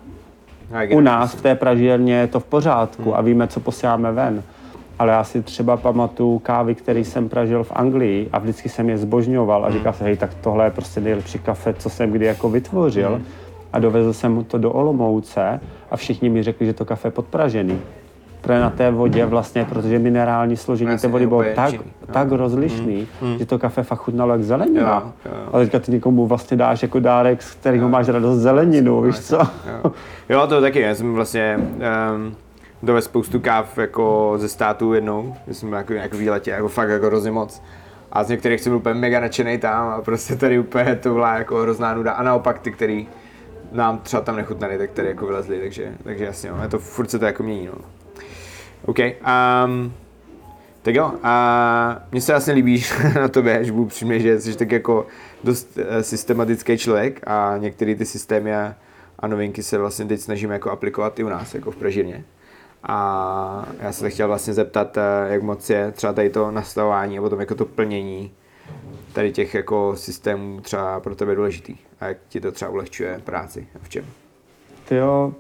u nás v té pražírně je to v pořádku hmm. a víme, co posíláme ven. Ale já si třeba pamatuju kávy, které jsem pražil v Anglii a vždycky jsem je zbožňoval a mm. říkal jsem, hej, tak tohle je prostě nejlepší kafe, co jsem kdy jako vytvořil. Mm. A dovezl jsem to do Olomouce a všichni mi řekli, že to kafe je podpražený. Protože na té vodě vlastně, protože minerální složení té vody bylo tak, tak rozlišný, mm. že to kafe fakt chutnalo jak zelenina. Jo, jo. A teďka ty někomu vlastně dáš jako dárek, z kterého máš radost zeleninu, víš co? Jo, jo to taky, já jsem vlastně... Um... dovez spoustu káv jako ze států jednou, že jsem byl jako nějak výletě, jako fakt jako hrozně moc. A z některých jsem byl úplně mega nadšenej tam a prostě tady úplně to byla jako hrozná nuda. A naopak ty, který nám třeba tam nechutnali, tak tady jako vylezli, takže, takže jasně, no, to furt se to jako mění, no. OK, um, tak jo, a mně se vlastně líbí na tobě, že budu přímě, že jsi tak jako dost uh, systematický člověk a některé ty systémy a, a novinky se vlastně teď snažíme jako aplikovat i u nás, jako v pražírně. A já se chtěl vlastně zeptat, jak moc je třeba tady to nastavování a potom jako to plnění tady těch jako systémů třeba pro tebe důležitý a jak ti to třeba ulehčuje práci a v čem? Tyjo,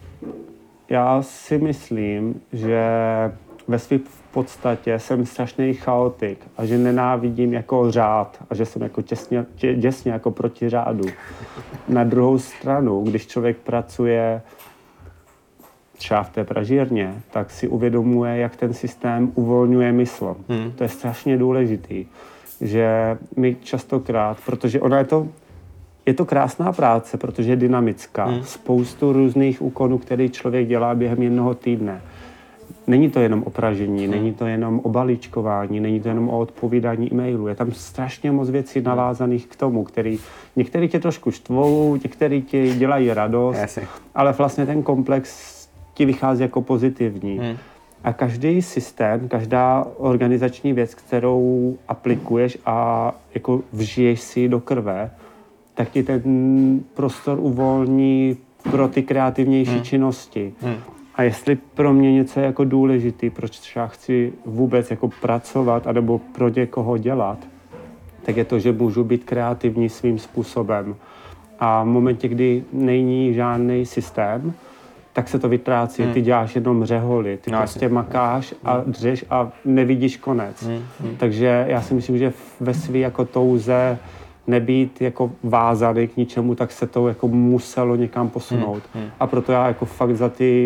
já si myslím, že ve své podstatě jsem strašný chaotik a že nenávidím jako řád a že jsem jako těsně, tě, těsně jako proti řádu. Na druhou stranu, když člověk pracuje třeba v té pražírně, tak si uvědomuje, jak ten systém uvolňuje mysl. Hmm. To je strašně důležitý, že my častokrát, protože ona je to, je to krásná práce, protože je dynamická. Hmm. Spoustu různých úkonů, který člověk dělá během jednoho týdne. Není to jenom o pražení, hmm. není to jenom o balíčkování, není to jenom o odpovídání e-mailu. Je tam strašně moc věcí navázaných k tomu, který některý tě trošku štvou, některý ti dělají radost, Jasně. ale vlastně ten komplex ti vychází jako pozitivní. Hmm. A každý systém, každá organizační věc, kterou aplikuješ a jako vžiješ si do krve, tak ti ten prostor uvolní pro ty kreativnější hmm. činnosti. Hmm. A jestli pro mě něco je jako důležitý, proč já chci vůbec jako pracovat anebo pro někoho dělat, tak je to, že můžu být kreativní svým způsobem. A v momentě, kdy není žádný systém, tak se to vytrácí. Hmm. Ty děláš jenom řeholy, ty no, prostě jasně. makáš a dřeš a nevidíš konec. Hmm. Hmm. Takže já si myslím, že ve svý jako touze nebýt jako vázaný k ničemu, tak se to jako muselo někam posunout. Hmm. Hmm. A proto já jako fakt za ty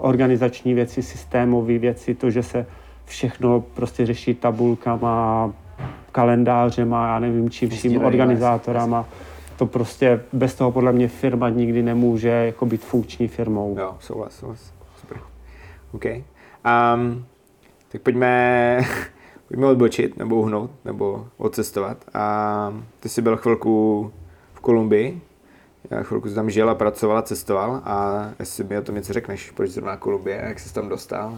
organizační věci, systémové věci, to, že se všechno prostě řeší tabulkama, kalendářema, já nevím čím, vším organizátorama. To prostě bez toho podle mě firma nikdy nemůže jako být funkční firmou. Jo, souhlas, souhlas. Super. OK. Um, tak pojďme, pojďme odbočit, nebo uhnout, nebo odcestovat. Um, ty jsi byl chvilku v Kolumbii, já chvilku jsi tam žil a pracoval a cestoval a jestli mi o tom něco řekneš, proč zrovna Kolumbie, jak jsi tam dostal?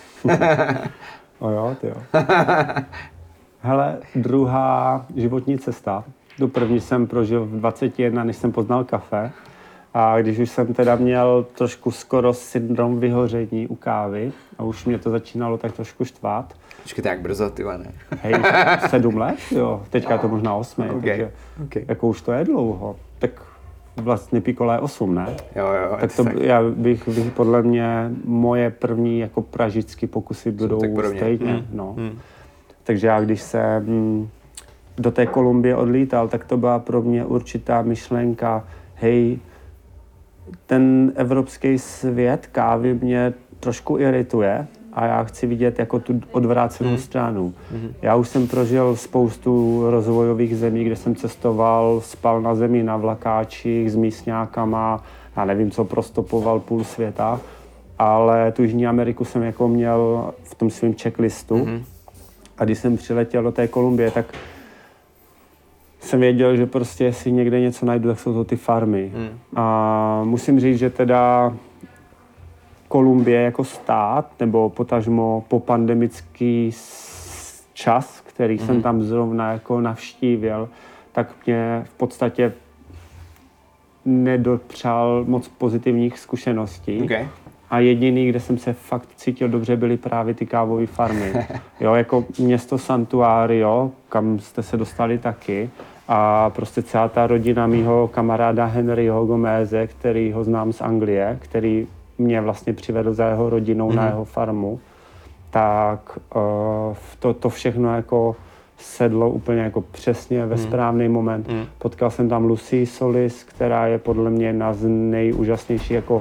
O jo, ty jo. Hele, druhá životní cesta. Tu první jsem prožil v dvaceti jedné, než jsem poznal kafe. A když už jsem teda měl trošku skoro syndrom vyhoření u kávy a už mě to začínalo tak trošku štvát. Počkejte, jak brzo, ty ne? Hej, sedm let, jo. Teďka je to možná osmé, okay. takže okay. jako už to je dlouho. Tak vlastně Piccola je osm, ne? Jo, jo. Tak to tak. Já bych, bych, podle mě, moje první jako pražický pokusy budou stejně. Hmm. No. Hmm. Takže já, když jsem do té Kolumbie odlítal, tak to byla pro mě určitá myšlenka, hej, ten evropský svět kávy mě trošku irituje a já chci vidět jako tu odvrácenou mm. stranu. Mm. Já už jsem prožil spoustu rozvojových zemí, kde jsem cestoval, spal na zemi na vlakáčích s místňákama, já nevím, co prostopoval půl světa, ale tu Jižní Ameriku jsem jako měl v tom svém checklistu. Mm. A když jsem přiletěl do té Kolumbie, tak jsem věděl, že prostě jestli někde něco najdu, tak jsou to ty farmy. Hmm. A musím říct, že teda Kolumbie jako stát, nebo potažmo po pandemický čas, který hmm. jsem tam zrovna jako navštívil, tak mě v podstatě nedopřál moc pozitivních zkušeností. Okay. A jediný, kde jsem se fakt cítil dobře, byly právě ty kávové farmy. Jo, jako město Santuario, kam jste se dostali taky. A prostě celá ta rodina mýho kamaráda Henryho Gomeze, který ho znám z Anglie, který mě vlastně přivedl za jeho rodinou mm-hmm. na jeho farmu, tak uh, to, to všechno jako sedlo úplně jako přesně ve mm. správný moment. Mm. Potkal jsem tam Lucy Solis, která je podle mě jedna z nejúžasnějších jako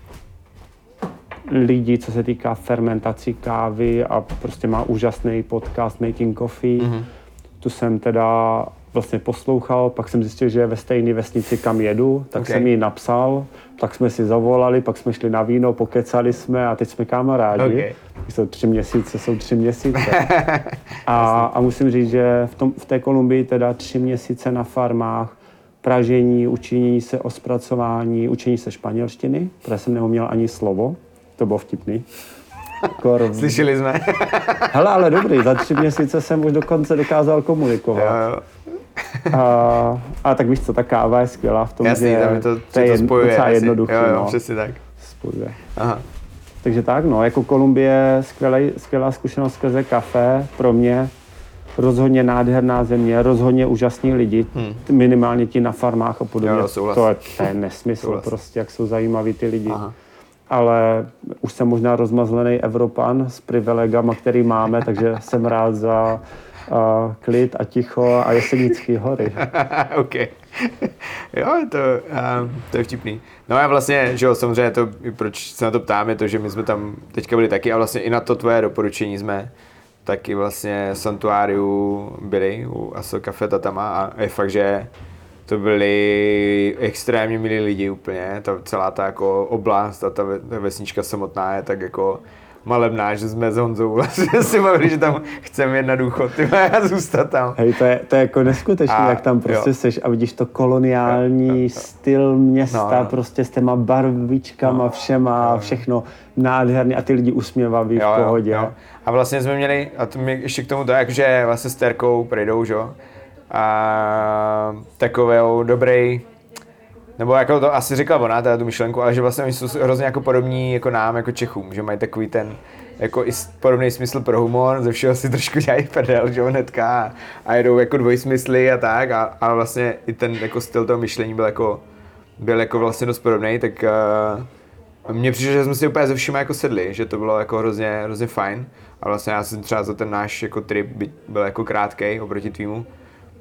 lidí, co se týká fermentací kávy a prostě má úžasný podcast Making Coffee. Mm-hmm. Tu jsem teda vlastně poslouchal, pak jsem zjistil, že je ve stejné vesnici, kam jedu, tak okay. jsem jí napsal, tak jsme si zavolali, pak jsme šli na víno, pokecali jsme a teď jsme kamarádi. Okay. Jsou tři měsíce, jsou tři měsíce. a, a musím říct, že v, tom, v té Kolumbii teda tři měsíce na farmách, pražení, učení se o zpracování, učení se španělštiny, protože jsem neuměl ani slovo, to bylo vtipný. Kor... Slyšeli jsme. Hele, ale dobrý, za tři měsíce jsem už dokonce dokázal komunikovat. Jo, jo. A, a tak víš co, ta káva je skvělá v tom, jasný, že to, to je to spojuje, docela jednoduchý. Jo, jo, no. přesně tak. Spojuje. Aha. Takže tak, no, jako Kolumbie, skvělá, skvělá zkušenost skrze kafe, pro mě rozhodně nádherná země, rozhodně úžasní lidi, hmm. minimálně ti na farmách a podobně. Jo, to, je, to je nesmysl souhlas. Prostě, jak jsou zajímaví ty lidi. Aha. Ale už jsem možná rozmazlený Evropan s privilegama, který máme, takže jsem rád za uh, klid a ticho a Jesenický hory. OK. Jo, to, uh, to je vtipný. No a vlastně, že jo, samozřejmě to, proč se na to ptám, je to, že my jsme tam teďka byli taky a vlastně i na to tvoje doporučení jsme taky vlastně v Santuáriu byli u Aso Café Tatama a je fakt, že to byli extrémně milí lidi úplně, ta celá ta jako oblast a ta, ta vesnička samotná je tak jako malebná, že jsme s Honzou vlastně si bavili, že tam chceme jet na důchod a zůstat tam. Hej, to je, to je jako neskutečné, jak tam prostě jo. seš a vidíš to koloniální jo, jo, jo. styl města, no, no. prostě s těma barvičkama, no, všema, no, všechno nádherný a ty lidi usměvaví jo, v pohodě. Jo, jo. A vlastně jsme měli, a to mě ještě k tomu to, jakože vlastně s Terkou prejdou, že jo? A takovou dobrý, nebo jako to asi říkala ona, teda tu myšlenku, ale že vlastně oni jsou hrozně jako podobní jako nám, jako Čechům, že mají takový ten jako i podobný smysl pro humor, ze všeho si trošku dělají prdel, že jo, hnedka a jedou jako dvojsmysly a tak a, a vlastně i ten jako styl toho myšlení byl jako, byl jako vlastně dost podobný, tak uh, mně přišlo, že jsme si úplně ze všima jako sedli, že to bylo jako hrozně, hrozně fajn a vlastně já jsem třeba za ten náš jako trip byl jako krátkej oproti tvýmu,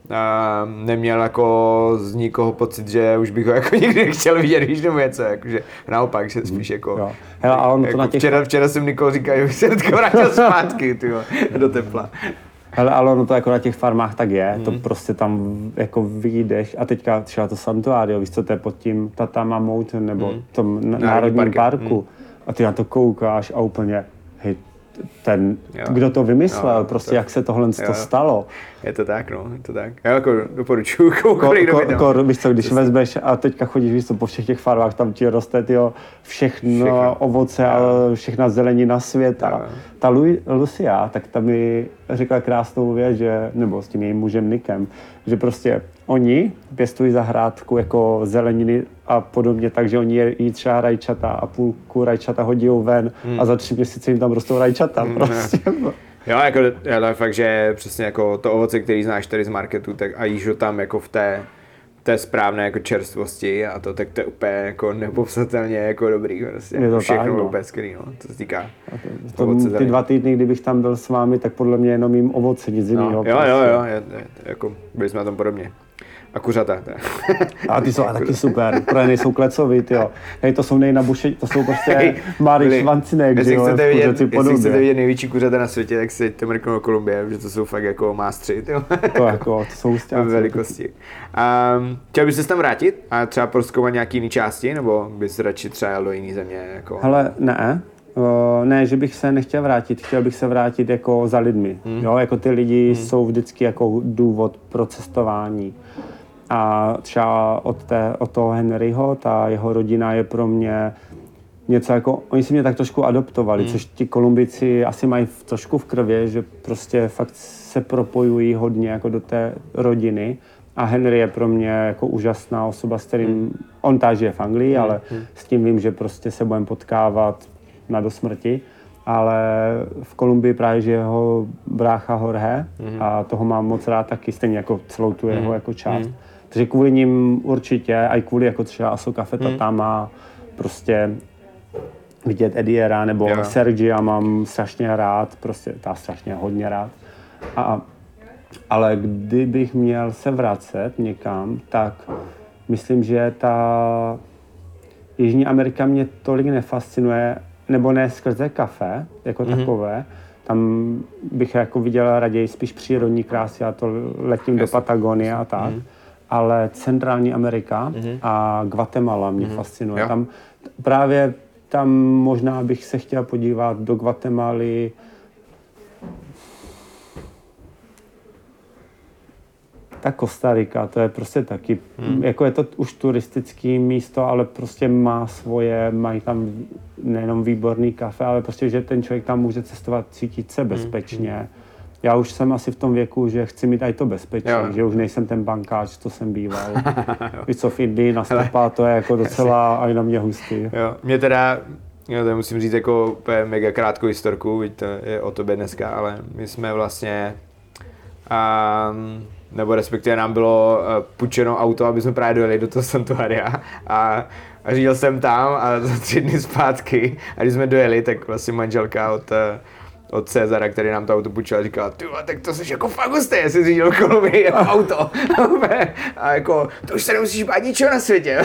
a neměl jako z nikoho pocit, že už bych ho jako nikdy nechtěl vidět, víš, nebo něco, jakože naopak, že spíš jako, jo. Hele, a on jako to na těch... včera, včera jsem Nikol říkal, že bych se teďka vrátil zpátky, tyjo, do tepla. Hele, ale ono to jako na těch farmách tak je, mm. to prostě tam jako vyjdeš a teďka třeba to Santuario, víš co, to je pod tím Tatama Mountain nebo mm. tom Národním Národní parku mm. a ty na to koukáš a úplně, hej, ten, jo. kdo to vymyslel, jo, prostě to, jak se tohle to stalo. Je to tak, no, je to tak. Já jako doporučuju koukoli, ko, kdo ko, ko, víš co, když Přesný. vezmeš a teďka chodíš, víš co, po všech těch farmách, tam ti roste, tyjo, všechno, všechno. ovoce jo. a všechna zelenina světa. Jo. Ta Lu, Lucia, tak ta mi řekla krásnou věc, že, nebo s tím jejím mužem Nikem, že prostě oni pěstují zahrádku jako zeleniny a podobně, takže oni jí třeba rajčata a půlku rajčata hodí ven hmm. a za tři měsíce jim tam rostou rajčata. Hmm. Prostě. Jo, jako, ale fakt, že přesně jako to ovoce, který znáš tady z marketu, tak a jíš ho tam jako v té, té správné jako čerstvosti a to, tak to je úplně jako nepopsatelně jako dobrý. Prostě. Je to všechno tak, no. úplně skvělý, no, to se týká to, ovoce. Ty dva týdny, kdybych tam byl s vámi, tak podle mě jenom jím ovoce, nic jiného. No, jo, jo, jo, je, je, jako byli jsme na tom podobně. A kuřata. A ty jsou taky super, protože nejsou klecový, tyjo. Hej, to jsou nejnabuše, to jsou prostě Máry Švancinek, jestli jo, chcete vidět, jestli chcete vidět největší kuřata na světě, tak si to mrknou Kolumbie, protože to jsou fakt jako mástři, tyjo. To jako, to jsou hustáci. V velikosti. Um, chtěl bys se tam vrátit a třeba prozkoumat nějaký jiný části, nebo bys radši třeba jel do jiný země? Jako... Hele, ne. Uh, ne, že bych se nechtěl vrátit, chtěl bych se vrátit jako za lidmi. Hmm. Jo, jako ty lidi hmm. jsou vždycky jako důvod pro cestování. A třeba od, té, od toho Henryho, ta jeho rodina je pro mě něco jako, oni si mě tak trošku adoptovali, hmm. což ti Kolumbici asi mají v, trošku v krvi, že prostě fakt se propojují hodně jako do té rodiny. A Henry je pro mě jako úžasná osoba, s kterým, hmm. on tá žije v Anglii, hmm. ale hmm. s tím vím, že prostě se budeme potkávat na do smrti. Ale v Kolumbii právě žije jeho brácha Jorge hmm. a toho mám moc rád taky, stejně jako celou tu jeho hmm. jako část. Hmm. Takže kvůli ním určitě, a i kvůli jako třeba Aso Cafe hmm. tam má prostě vidět Ediera nebo yeah. Sergia mám strašně rád, prostě ta strašně hodně rád. A, ale kdybych měl se vracet někam, tak myslím, že ta Jižní Amerika mě tolik nefascinuje, nebo ne skrze kafe jako mm-hmm. takové. Tam bych jako viděl raději spíš přírodní krásy a to letím do Patagonie a tak. Mm-hmm. Ale Centrální Amerika mm-hmm. a Guatemala mě mm-hmm. fascinuje. Jo. Tam právě tam možná bych se chtěl podívat do Guatemaly. Ta Kostarika, to je prostě taky, hmm. jako je to už turistické místo, ale prostě má svoje, mají tam nejenom výborný kafe, ale prostě, že ten člověk tam může cestovat, cítit se bezpečně. Hmm. Já už jsem asi v tom věku, že chci mít i to bezpečí, jo. že už nejsem ten bankáč, co jsem býval. Víš co, v Indii na stopa, to je jako docela i na mě hustý. Jo, mě teda, jo, to musím říct jako úplně mega krátkou historku, víš, to je o tobě dneska, ale my jsme vlastně, um, nebo respektive nám bylo uh, půjčeno auto, aby jsme právě dojeli do toho Santuaria a, a řídil jsem tam a za tři dny zpátky a když jsme dojeli, tak vlastně manželka od od Cezara, který nám to auto půjčil, říkala, ty tak to jsi jako fakt hustý, jsi řídil Kolumbii jako auto. A jako, to už se nemusíš bát ničeho na světě.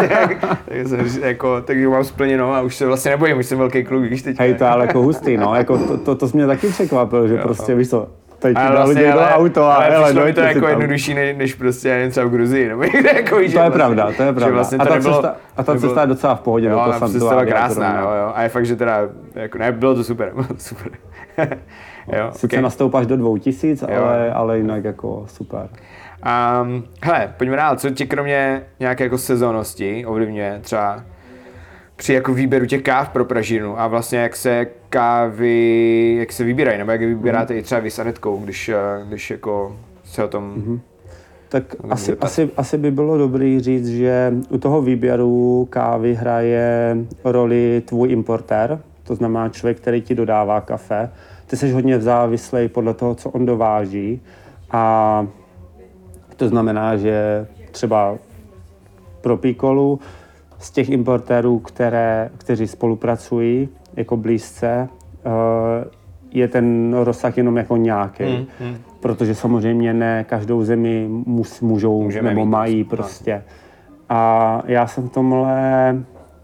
jako, takže mám splněno a už se vlastně nebojím, už jsem velký kluk, víš teď. Hej, to ale jako hustý, no, jako to, to, to jsi mě taky překvapil, že jo, prostě, víš co, teď ti dali vlastně, do auto a ale hele, přišlo mi to jako jednodušší, než, než prostě nevím, třeba v Gruzii, nebo někde jako, víš, to je pravda, to je pravda. Vlastně a, ta nebylo, cesta, a ta cesta je docela v pohodě, jo, do toho Santuaria. Jo, krásná, jo, jo, a je fakt, že teda, jako, ne, bylo to super, bylo to super. Jo, sice okay. nastoupáš do dvou tisíc, ale, ale jinak jako super. Um, hele, pojďme dál, co ti kromě nějaké jako sezónnosti ovlivňuje třeba při jako výběru těch káv pro pražírnu a vlastně jak se kávy, jak se vybírají, nebo jak je vybíráte mm. i třeba vy s Anetkou, když, když jako se o tom... Mm-hmm. Tak asi, asi, asi by bylo dobré říct, že u toho výběru kávy hraje roli tvůj importér, to znamená člověk, který ti dodává kafe. Ty jsi hodně závislý podle toho, co on dováží. A to znamená, že třeba pro Piccolu z těch importérů, které, kteří spolupracují jako blízce, je ten rozsah jenom jako nějaký. Mm, mm. protože samozřejmě ne každou zemi mus, můžou Můžeme nebo mít, mají no. prostě. A já jsem v tomhle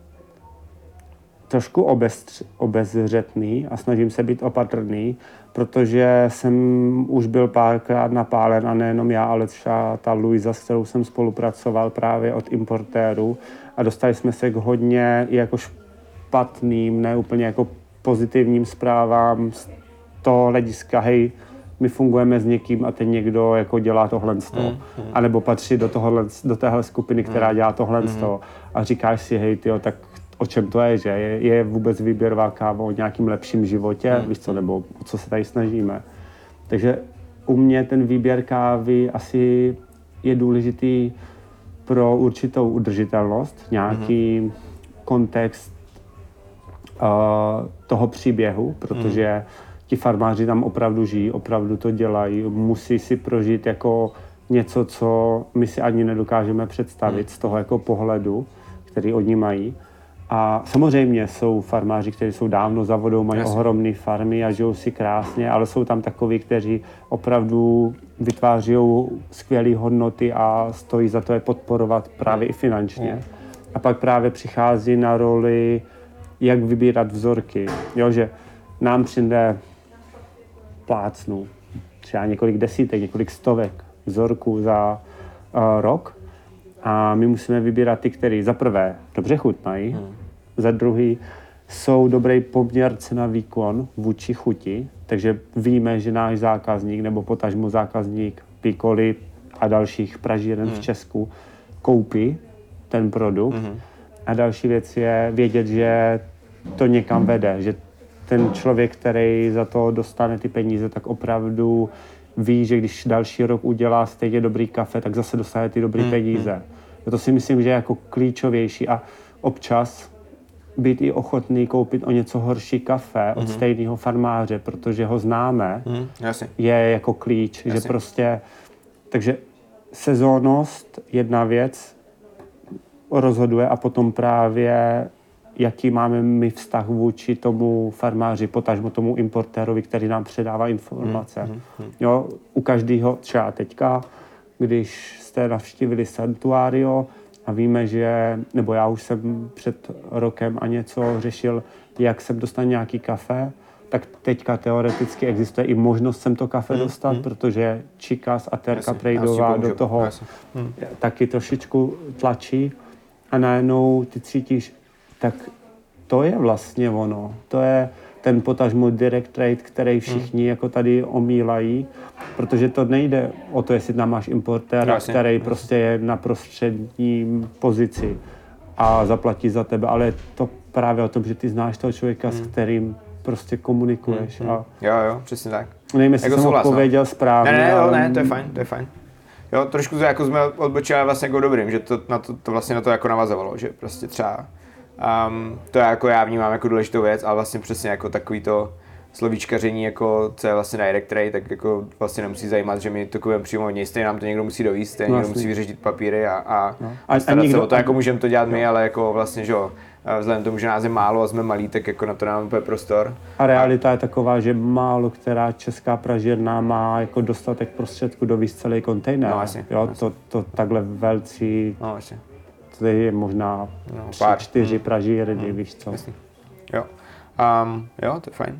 trošku obezř, obezřetný a snažím se být opatrný, protože jsem už byl párkrát napálen a nejenom já, ale třeba ta Luisa, s kterou jsem spolupracoval právě od importérů a dostali jsme se k hodně jako špatným, ne úplně jako pozitivním zprávám z toho hlediska, hej, my fungujeme s někým a teď někdo jako dělá tohle z toho. Mm, mm. A nebo patří do, tohohle, do téhle skupiny, která mm. dělá tohle z toho. A říkáš si, hej, tyjo, tak o čem to je, že je, je vůbec výběrová káva o nějakým lepším životě, mm. víš co, nebo o co se tady snažíme. Takže u mě ten výběr kávy asi je důležitý pro určitou udržitelnost, nějaký mm. kontext uh, toho příběhu, protože mm. ti farmáři tam opravdu žijí, opravdu to dělají, musí si prožít jako něco, co my si ani nedokážeme představit z toho jako pohledu, který oni mají. A samozřejmě jsou farmáři, kteří jsou dávno za vodou, mají Jasně. ohromné farmy a žijou si krásně, ale jsou tam takoví, kteří opravdu vytváří skvělé hodnoty a stojí za to je podporovat právě i finančně. A pak právě přichází na roli, jak vybírat vzorky. Jo, že nám přijde plácnu třeba několik desítek, několik stovek vzorků za uh, rok a my musíme vybírat ty, které za prvé dobře chutnají, hmm. za druhý jsou dobrý poměr cena výkon vůči chuti, takže víme, že náš zákazník nebo potažmo zákazník Piccoli a dalších pražíren hmm. v Česku koupí ten produkt. Hmm. A další věc je vědět, že to někam vede, že ten člověk, který za to dostane ty peníze, tak opravdu ví, že když další rok udělá stejně dobrý kafe, tak zase dostane ty dobrý mm, peníze. Mm. To si myslím, že je jako klíčovější a občas být i ochotný koupit o něco horší kafe mm. od stejného farmáře, protože ho známe, mm, je jako klíč, jasně. že prostě, takže sezónnost jedna věc rozhoduje a potom právě jaký máme my vztah vůči tomu farmáři, potažmo tomu importérovi, který nám předává informace. Hmm, hmm, hmm. Jo, u každého, třeba teďka, když jste navštívili Santuario a víme, že, nebo já už jsem před rokem a něco řešil, jak jsem dostal nějaký kafe, tak teďka teoreticky existuje i možnost sem to kafe hmm, dostat, hmm. protože Chicas a Terka Prejdová do toho hmm. taky trošičku tlačí a najednou ty cítíš, tak to je vlastně ono. To je ten potažmo direct trade, který všichni hmm. jako tady omílají, protože to nejde o to, jestli tam máš importéra, jasně, který jasně. prostě je na prostředním pozici a zaplatí za tebe, ale je to právě o tom, že ty znáš toho člověka, hmm. s kterým prostě komunikuješ. Hmm. A jo, jo, přesně tak. Nevím, jestli jako jsem odpověděl správně. Ne, ne, ale... ne, to je fajn, to je fajn. Jo, trošku to jako jsme odbočili vlastně jako dobrým, že to, na to, to vlastně na to jako navazovalo, že prostě třeba um, to jako já vnímám jako důležitou věc, ale vlastně přesně jako takový to slovíčkaření, jako co je vlastně direct trade, tak jako vlastně nemusí zajímat, že my to kupujeme přímo od něj, stejně nám to někdo musí dovízt, stejně vlastně. Někdo musí vyřešit papíry a, a, no. a starat se o to, jako můžeme to dělat my, ale jako vlastně, že jo, vzhledem tomu, že nás je málo a jsme malí, tak jako na to nám úplně prostor. A realita je taková, že málo která česká pražírna má jako dostatek prostředků dovízt celý kontejner. No, asi, jo, asi. To, to takhle velcí, no, asi. to je možná no, tři, pár. čtyři hmm. pražírny, hmm. víš co. Jasný. Jo. Um, jo, to je fajn.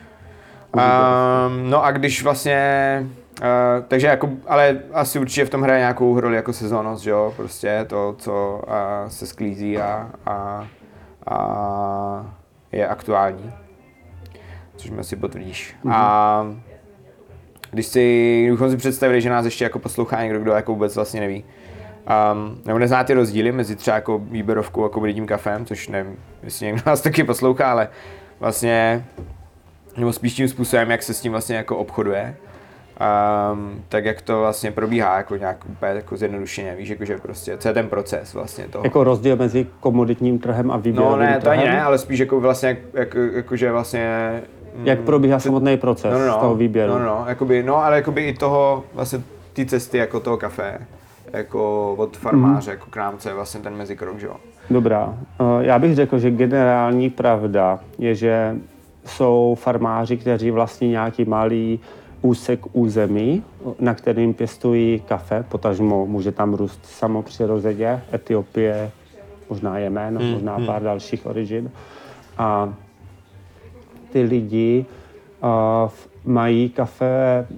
Um, no a když vlastně, uh, takže jako, ale asi určitě v tom hraje nějakou roli jako sezónnost, že jo, prostě to, co uh, se sklízí a, a, a je aktuální, což mi asi potvrdíš. Mm-hmm. A když si, kdybychom si představili, že nás ještě jako poslouchá někdo, kdo jako vůbec vlastně neví, um, nebo nezná ty rozdíly mezi třeba jako výběrovkou a komunitním kafem, což nevím, jestli někdo nás taky poslouchá, ale vlastně nebo spíš tím způsobem, jak se s tím vlastně jako obchoduje, um, tak jak to vlastně probíhá jako nějak úplně jako zjednodušeně, víš, jakože prostě, co je ten proces vlastně toho. Jako rozdíl mezi komoditním trhem a výběrovým trhem? No ne, to trhem? ani ne, ale spíš jako vlastně, jak, jako, jakože vlastně... Jak probíhá samotný proces no, no, no, toho výběru? No, no, jakoby, no, ale jakoby i toho, vlastně ty cesty jako toho kafe, jako od farmáře, mm. jako k nám, co je vlastně ten mezikrok, že jo. Dobrá, já bych řekl, že generální pravda je, že jsou farmáři, kteří vlastně nějaký malý úsek území, na kterým pěstují kafe, potažmo může tam růst samo přirozeně, Etiopie, možná Jemen, hmm. možná pár dalších origin. A ty lidi uh, mají kafe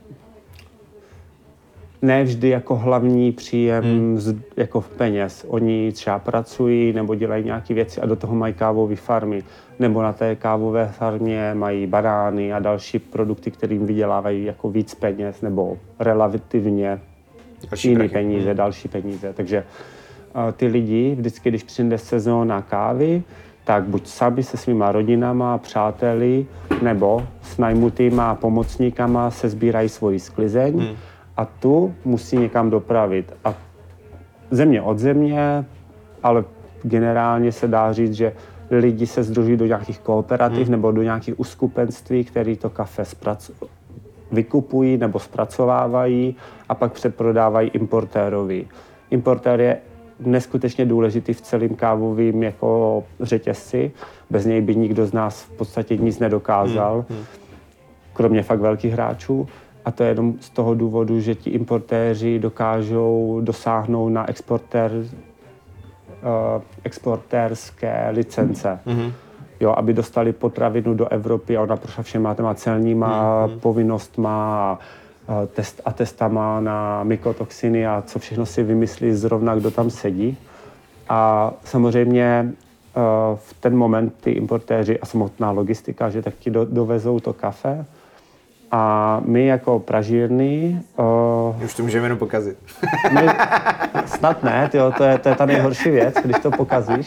ne vždy jako hlavní příjem hmm. z, jako v peněz. Oni třeba pracují nebo dělají nějaké věci a do toho mají kávové farmy. Nebo na té kávové farmě mají banány a další produkty, kterým vydělávají jako víc peněz nebo relativně jiné peníze, hmm. další peníze. Takže uh, ty lidi vždycky, když přijde sezóna kávy, tak buď sami se svýma rodinama, přáteli, nebo s najmutýma pomocníkama se sbírají svoji sklizeň. Hmm. A tu musí někam dopravit. A země od země, ale generálně se dá říct, že lidi se sdružují do nějakých kooperativ hmm. nebo do nějakých uskupenství, které to kafe zprac- vykupují nebo zpracovávají a pak přeprodávají importérovi. Importér je neskutečně důležitý v celém kávovém jako řetězci. Bez něj by nikdo z nás v podstatě nic nedokázal, hmm. kromě fakt velkých hráčů. A to je jenom z toho důvodu, že ti importéři dokážou dosáhnout na exportér, uh, exportérské licence. Mm-hmm. Jo, aby dostali potravinu do Evropy a ona prošla všema těma celníma mm-hmm. povinnostma, uh, test, atestama na mykotoxiny a co všechno si vymyslí zrovna, kdo tam sedí. A samozřejmě uh, v ten moment ty importéři a samotná logistika, že tak ti do, dovezou to kafe. A my jako pražírny... Uh, Už to můžeme jenom pokazit. My, snad ne, tyjo, to, je, to je ta nejhorší věc, když to pokazíš.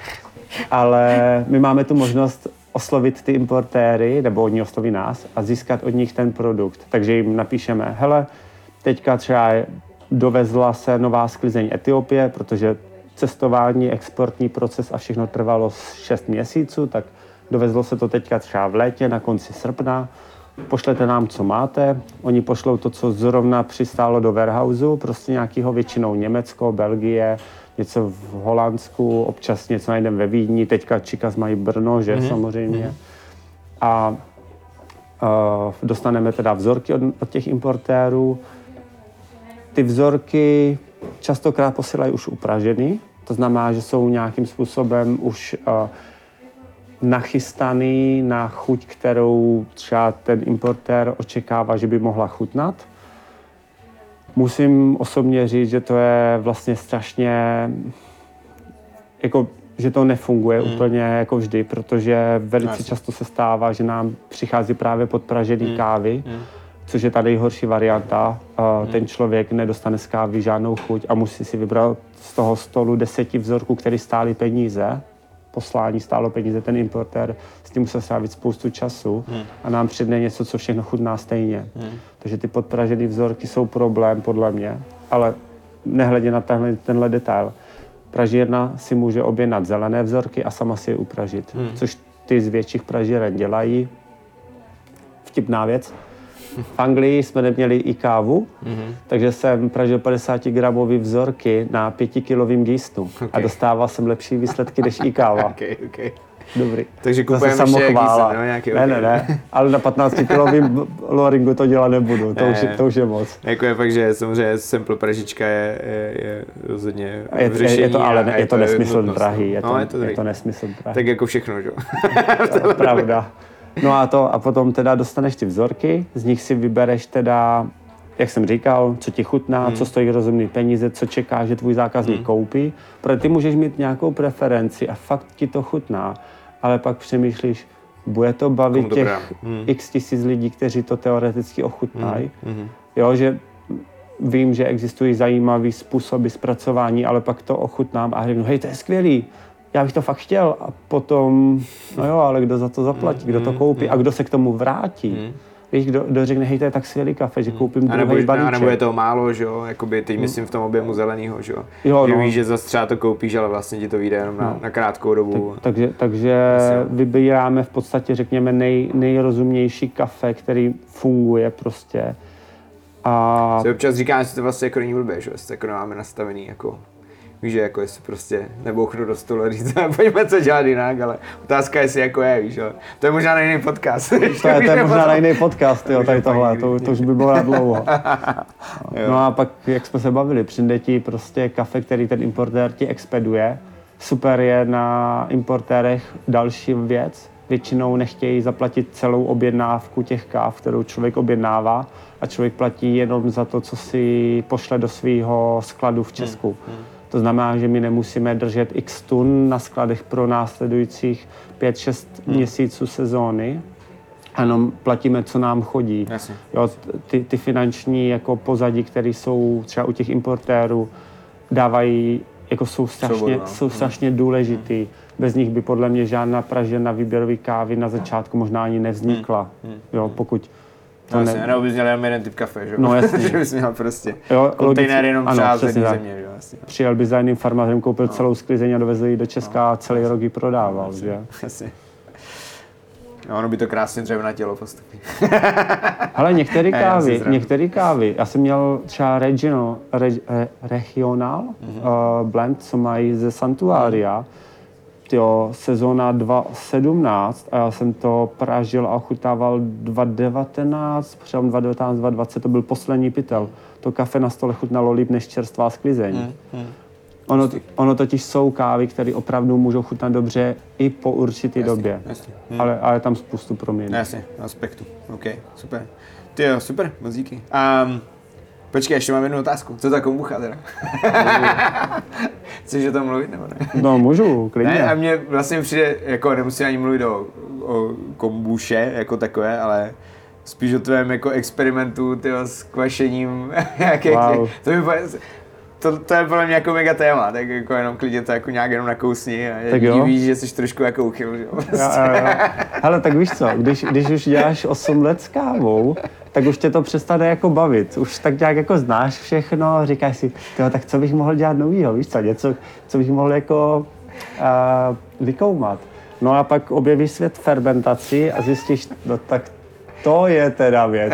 Ale my máme tu možnost oslovit ty importéry, nebo oni osloví nás, a získat od nich ten produkt. Takže jim napíšeme, hele, teďka třeba dovezla se nová sklizeň Etiopie, protože cestování, exportní proces a všechno trvalo šest měsíců, tak dovezlo se to teďka třeba v létě, na konci srpna. Pošlete nám, co máte. Oni pošlou to, co zrovna přistálo do warehouseu, prostě nějakého většinou Německo, Belgie, něco v Holandsku, občas něco najdeme ve Vídni, teďka Čikaz mají Brno, že mm-hmm. samozřejmě. Mm-hmm. A uh, dostaneme teda vzorky od, od těch importérů. Ty vzorky častokrát posílají už upražený, to znamená, že jsou nějakým způsobem už uh, nachystaný na chuť, kterou třeba ten importér očekává, že by mohla chutnat. Musím osobně říct, že to je vlastně strašně, jako, že to nefunguje mm. úplně jako vždy, protože velice Asi. často se stává, že nám přichází právě podpražený mm. kávy, mm. což je ta nejhorší varianta. Mm. Ten člověk nedostane z kávy žádnou chuť a musí si vybrat z toho stolu deseti vzorků, který stály peníze. Poslání stálo peníze, ten importér s tím musel strávit spoustu času hmm. a nám přidne něco, co všechno chutná stejně. Hmm. Takže ty podpražené vzorky jsou problém, podle mě, ale nehledě na tenhle, tenhle detail. Pražírna si může objednat zelené vzorky a sama si je upražit, hmm. což ty z větších pražíren dělají. Vtipná věc. V Anglii jsme neměli i kávu, mm-hmm. takže jsem pražil padesát gramový vzorky na pětikilovým gístu okay. a dostával jsem lepší výsledky než i káva. okay, okay. Dobrý. Takže kupujeme ještě gísta, no, nějaký Ne, ne, ne, ale na patnáctikilovým loringu to dělat nebudu, to, ne, už, to už je moc. Jako je fakt, že samozřejmě sample pražička je, je, je rozhodně v řešení. Je, je to, ale ne, je to, to nesmysl drahý, je, no, to, je, to je to nesmysl drahý. Tak jako všechno, že jo? To je pravda. No a, to, a potom teda dostaneš ty vzorky, z nich si vybereš teda, jak jsem říkal, co ti chutná, hmm. co stojí rozumný peníze, co čeká, že tvůj zákazník hmm. koupí. Protože ty můžeš mít nějakou preferenci a fakt ti to chutná, ale pak přemýšlíš, bude to bavit to těch hmm. x tisíc lidí, kteří to teoreticky ochutnají. Hmm. Jo, že vím, že existují zajímavý způsoby zpracování, ale pak to ochutnám a řeknu, hej, to je skvělý. Já bych to fakt chtěl a potom, no jo, ale kdo za to zaplatí, kdo to koupí a kdo se k tomu vrátí. Víš, kdo, kdo řekne, hej, to je tak skvělý kafe, že koupím druhý balíček. A nebo je to málo, že jo, jakoby teď myslím v tom objemu zelenýho, že jo. jo že no. Víš, že zase třeba to koupíš, ale vlastně ti to vyjde jenom na, no. na krátkou dobu. Tak, takže takže vybíráme v podstatě, řekněme, nej, nejrozumnější kafe, který funguje prostě. A... Si občas říkám, že to vlastně jako není blbě, že jo, jako máme nastavený jako Víš, že jako jestli prostě nebouchnu do stolu a říct, pojďme co dělat jinak, ale otázka je, jestli jako je, víš, ale to je možná na jiný podcast. To je, to je možná na jiný podcast, jo, tady tohle, to, to už by bylo na dlouho. No a pak, jak jsme se bavili, přijde ti prostě kafe, který ten importér ti expeduje. Super je na importérech další věc. Většinou nechtějí zaplatit celou objednávku těch káv, kterou člověk objednává, a člověk platí jenom za to, co si pošle do svého skladu v Česku. Hmm. Hmm. To znamená, že my nemusíme držet x tun na skladech pro následujících pět šest hmm. měsíců sezóny. Jenom platíme, co nám chodí. Jo, ty, ty finanční jako pozadí, které jsou třeba u těch importérů, dávají, jako jsou strašně, jsou strašně důležitý. Hmm. Bez nich by podle mě žádná pražena výběrový kávy na začátku možná ani nevznikla. Hmm. Jo, pokud to no, ne... Nebo bys měl jenom jeden typ kafe, že? No jasně. Že bys měl prostě jo, kontejner jenom třeba z jedné země, že? Jasně. Přijel by za jiným farmářem, koupil no. celou sklizeň a dovezl ji do Česka no. a celý rok ji prodával, no, že? Jasně. No, ono by to krásně dřevo na tělo postupně. Ale některé kávy, některé kávy, já jsem měl třeba Regional, re, re, Regional mm-hmm. uh, blend, co mají ze Santuaria, jo, sezóna dva tisíce sedmnáct, a já jsem to pražil a ochutával dva tisíce devatenáct, přelom dva tisíce devatenáct dva tisíce dvacet, to byl poslední pytel. To kafe na stole chutnalo líp než čerstvá sklizeň. Mm, mm. Ono, ono totiž jsou kávy, které opravdu můžou chutnat dobře i po určité jasně, době. Jasně. Hmm. Ale, ale tam spoustu proměn. Jasně, aspektu. OK, super. Ty jo, super, moc díky. Um, počkej, ještě mám jednu otázku. Co ta kombucha teda? Chceš o tom mluvit, nebo ne? No, můžu, klidně. Ne, a mně vlastně přijde, jako nemusím ani mluvit o, o kombuše jako takové, ale spíš o tvém jako experimentu, tyjo, s kvašením. jak, wow. To by To, to je podle mě jako mega téma, tak jako jenom klidně to jako nějak jenom nakousni a víš, že jsi trošku jako uchyl, že jo? Prostě. Jo, jo, jo. Hele, tak víš co, když, když už děláš osm let s kávou, tak už tě to přestane jako bavit. Už tak nějak jako znáš všechno, říkáš si, tyjo, tak co bych mohl dělat novýho, víš co, něco, co bych mohl jako uh, vykoumat. No a pak objevíš svět fermentací a zjistíš, no tak to je teda věc.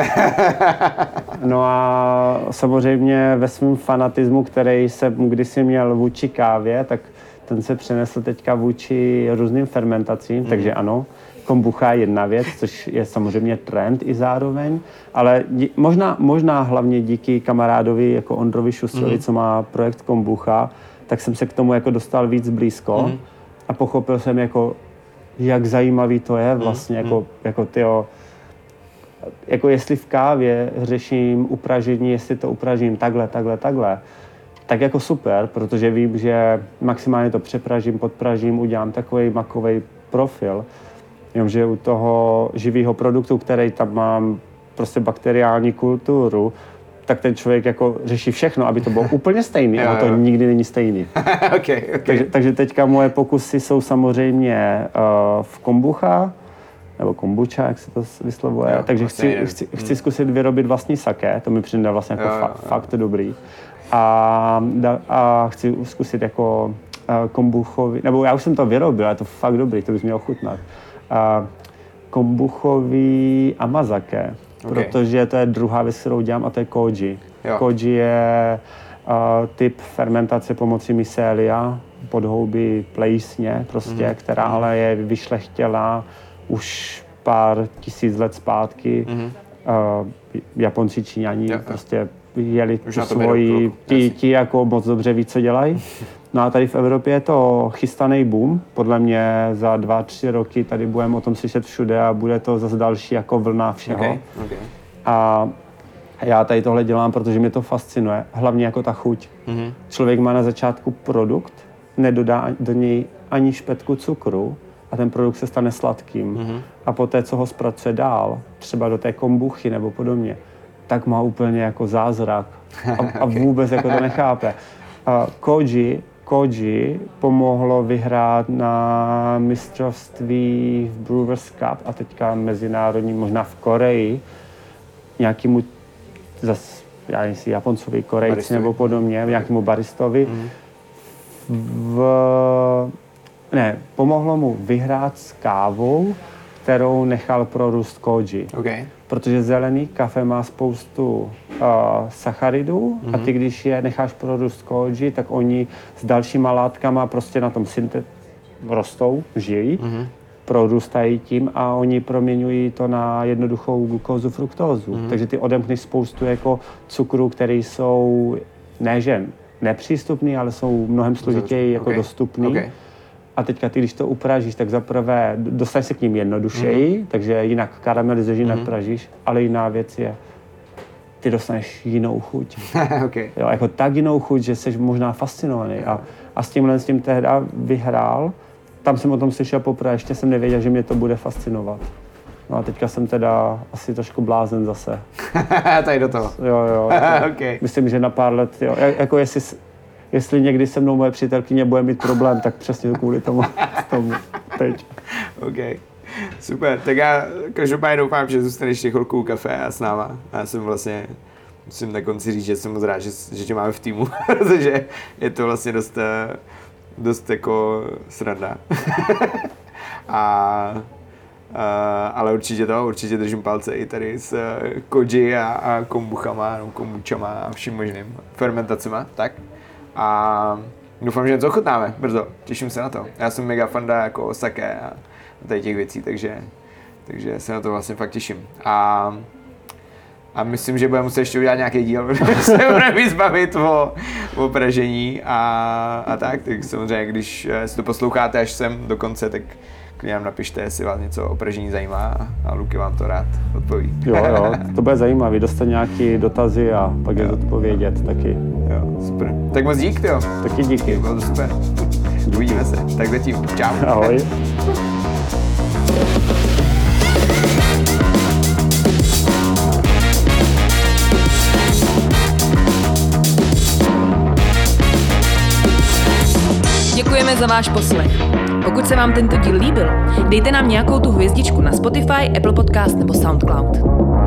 No a samozřejmě ve svém fanatismu, který jsem kdysi měl vůči kávě, tak ten se přenesl teďka vůči různým fermentacím, mm. takže ano, kombucha je jedna věc, což je samozřejmě trend i zároveň, ale dí, možná, možná hlavně díky kamarádovi jako Ondrovi Šustrovi, mm. co má projekt Kombucha, tak jsem se k tomu jako dostal víc blízko mm. a pochopil jsem jako, jak zajímavý to je vlastně, mm. jako, jako tyjo, jako jestli v kávě řeším upražení, jestli to upražím takhle, takhle, takhle, tak jako super, protože vím, že maximálně to přepražím, podpražím, udělám takový makový profil, jenomže u toho živého produktu, který tam mám prostě bakteriální kulturu, tak ten člověk jako řeší všechno, aby to bylo úplně stejný, ale to nikdy není stejný. okay, okay. Takže, takže teďka moje pokusy jsou samozřejmě uh, v kombucha, nebo kombucha, jak se to vyslovuje. Jo, takže chci, chci, chci zkusit vyrobit vlastní sake, to mi přijde vlastně jako jo, fa- jo. fakt dobrý. A, a chci zkusit jako uh, kombuchový, nebo já už jsem to vyrobil, ale je to fakt dobrý, to bys měl ochutnat. Uh, kombuchový amazake, okay. Protože to je druhá věc, kterou dělám, a to je koji. Jo. Koji je uh, typ fermentace pomocí mycelia, podhoubí plísně, prostě, mm. která mm. ale je vyšlechtělá už pár tisíc let zpátky. Mm-hmm. Uh, Japonci, Číňani jo, prostě jeli tu svoji, ti, ti jako moc dobře ví, co dělají. No a tady v Evropě je to chystaný boom. Podle mě za dva, tři roky tady budeme o tom slyšet všude a bude to zase další jako vlna všeho. Okay, okay. A já tady tohle dělám, protože mě to fascinuje. Hlavně jako ta chuť. Mm-hmm. Člověk má na začátku produkt, nedodá do něj ani špetku cukru, a ten produkt se stane sladkým. Mm-hmm. A poté, co ho zpracuje dál, třeba do té kombuchy nebo podobně, tak má úplně jako zázrak a, a vůbec jako to nechápe. A koji, koji pomohlo vyhrát na mistrovství v Brewers Cup a teďka mezinárodní, možná v Koreji, nějakému zas, já nevím, Japoncovi, Korejci baristovi. Nebo podobně, nějakému baristovi. Mm-hmm. V Ne, pomohlo mu vyhrát s kávou, kterou nechal prorůst koji. Okay. Protože zelený kafe má spoustu sacharidů mm-hmm. a ty, když je necháš prorůst kóži, tak oni s dalšíma látkama prostě na tom syntet rostou, žijí, mm-hmm. prorůstají tím a oni proměňují to na jednoduchou glukózu, fruktózu. Mm-hmm. Takže ty odemkneš spoustu jako cukrů, které jsou ne že nepřístupný, ale jsou mnohem složitěji jako okay. dostupný. Okay. A teďka ty, když to upražíš, tak zaprvé dostaneš se k ním jednodušeji, mm-hmm. takže jinak karamelizuješ, jinak mm-hmm. pražíš, ale jiná věc je, ty dostaneš jinou chuť. okay. Jo, jako tak jinou chuť, že jsi možná fascinovaný. A, a s tímhle s tím tehda vyhrál. Tam jsem o tom slyšel poprvé, ještě jsem nevěděl, že mě to bude fascinovat. No a teďka jsem teda asi trošku blázen zase. Tady do toho. Jo, jo. Jako, okay. Myslím, že na pár let, jo. Jako jestli, jestli někdy se mnou moje přítelkyně bude mít problém, tak přesně kvůli tomu, tomu teď. OK. Super, tak já každopádně doufám, že zůstaneš ještě chvilku u kafe a s náma. A já jsem vlastně, musím na konci říct, že jsem moc rád, že, že tě máme v týmu, protože je to vlastně dost, dost jako sranda. a, a, ale určitě to, určitě držím palce i tady s koji a, a kombuchama, no, kombučama a vším možným fermentacema, tak. A doufám, že něco ochutnáme brzo, těším se na to. Já jsem mega fanda jako sake a tady těch věcí, takže, takže se na to vlastně fakt těším. A, a myslím, že budeme muset ještě udělat nějaký díl, protože se budeme víc bavit o, o pražení a, a tak. Tak samozřejmě, když si to posloucháte až sem do konce, tak klidně nám napište, jestli vás něco o pražení zajímá a Luky vám to rád odpoví. Jo, jo, to bude zajímavé, dostat nějaké dotazy a pak je odpovědět taky. Jo, super. Tak moc dík, jo. Taky díky. Bylo to super. Uvidíme se. Tak zatím. Čau. Ahoj. Děkujeme za váš poslech. Pokud se vám tento díl líbil, dejte nám nějakou tu hvězdičku na Spotify, Apple Podcast nebo SoundCloud.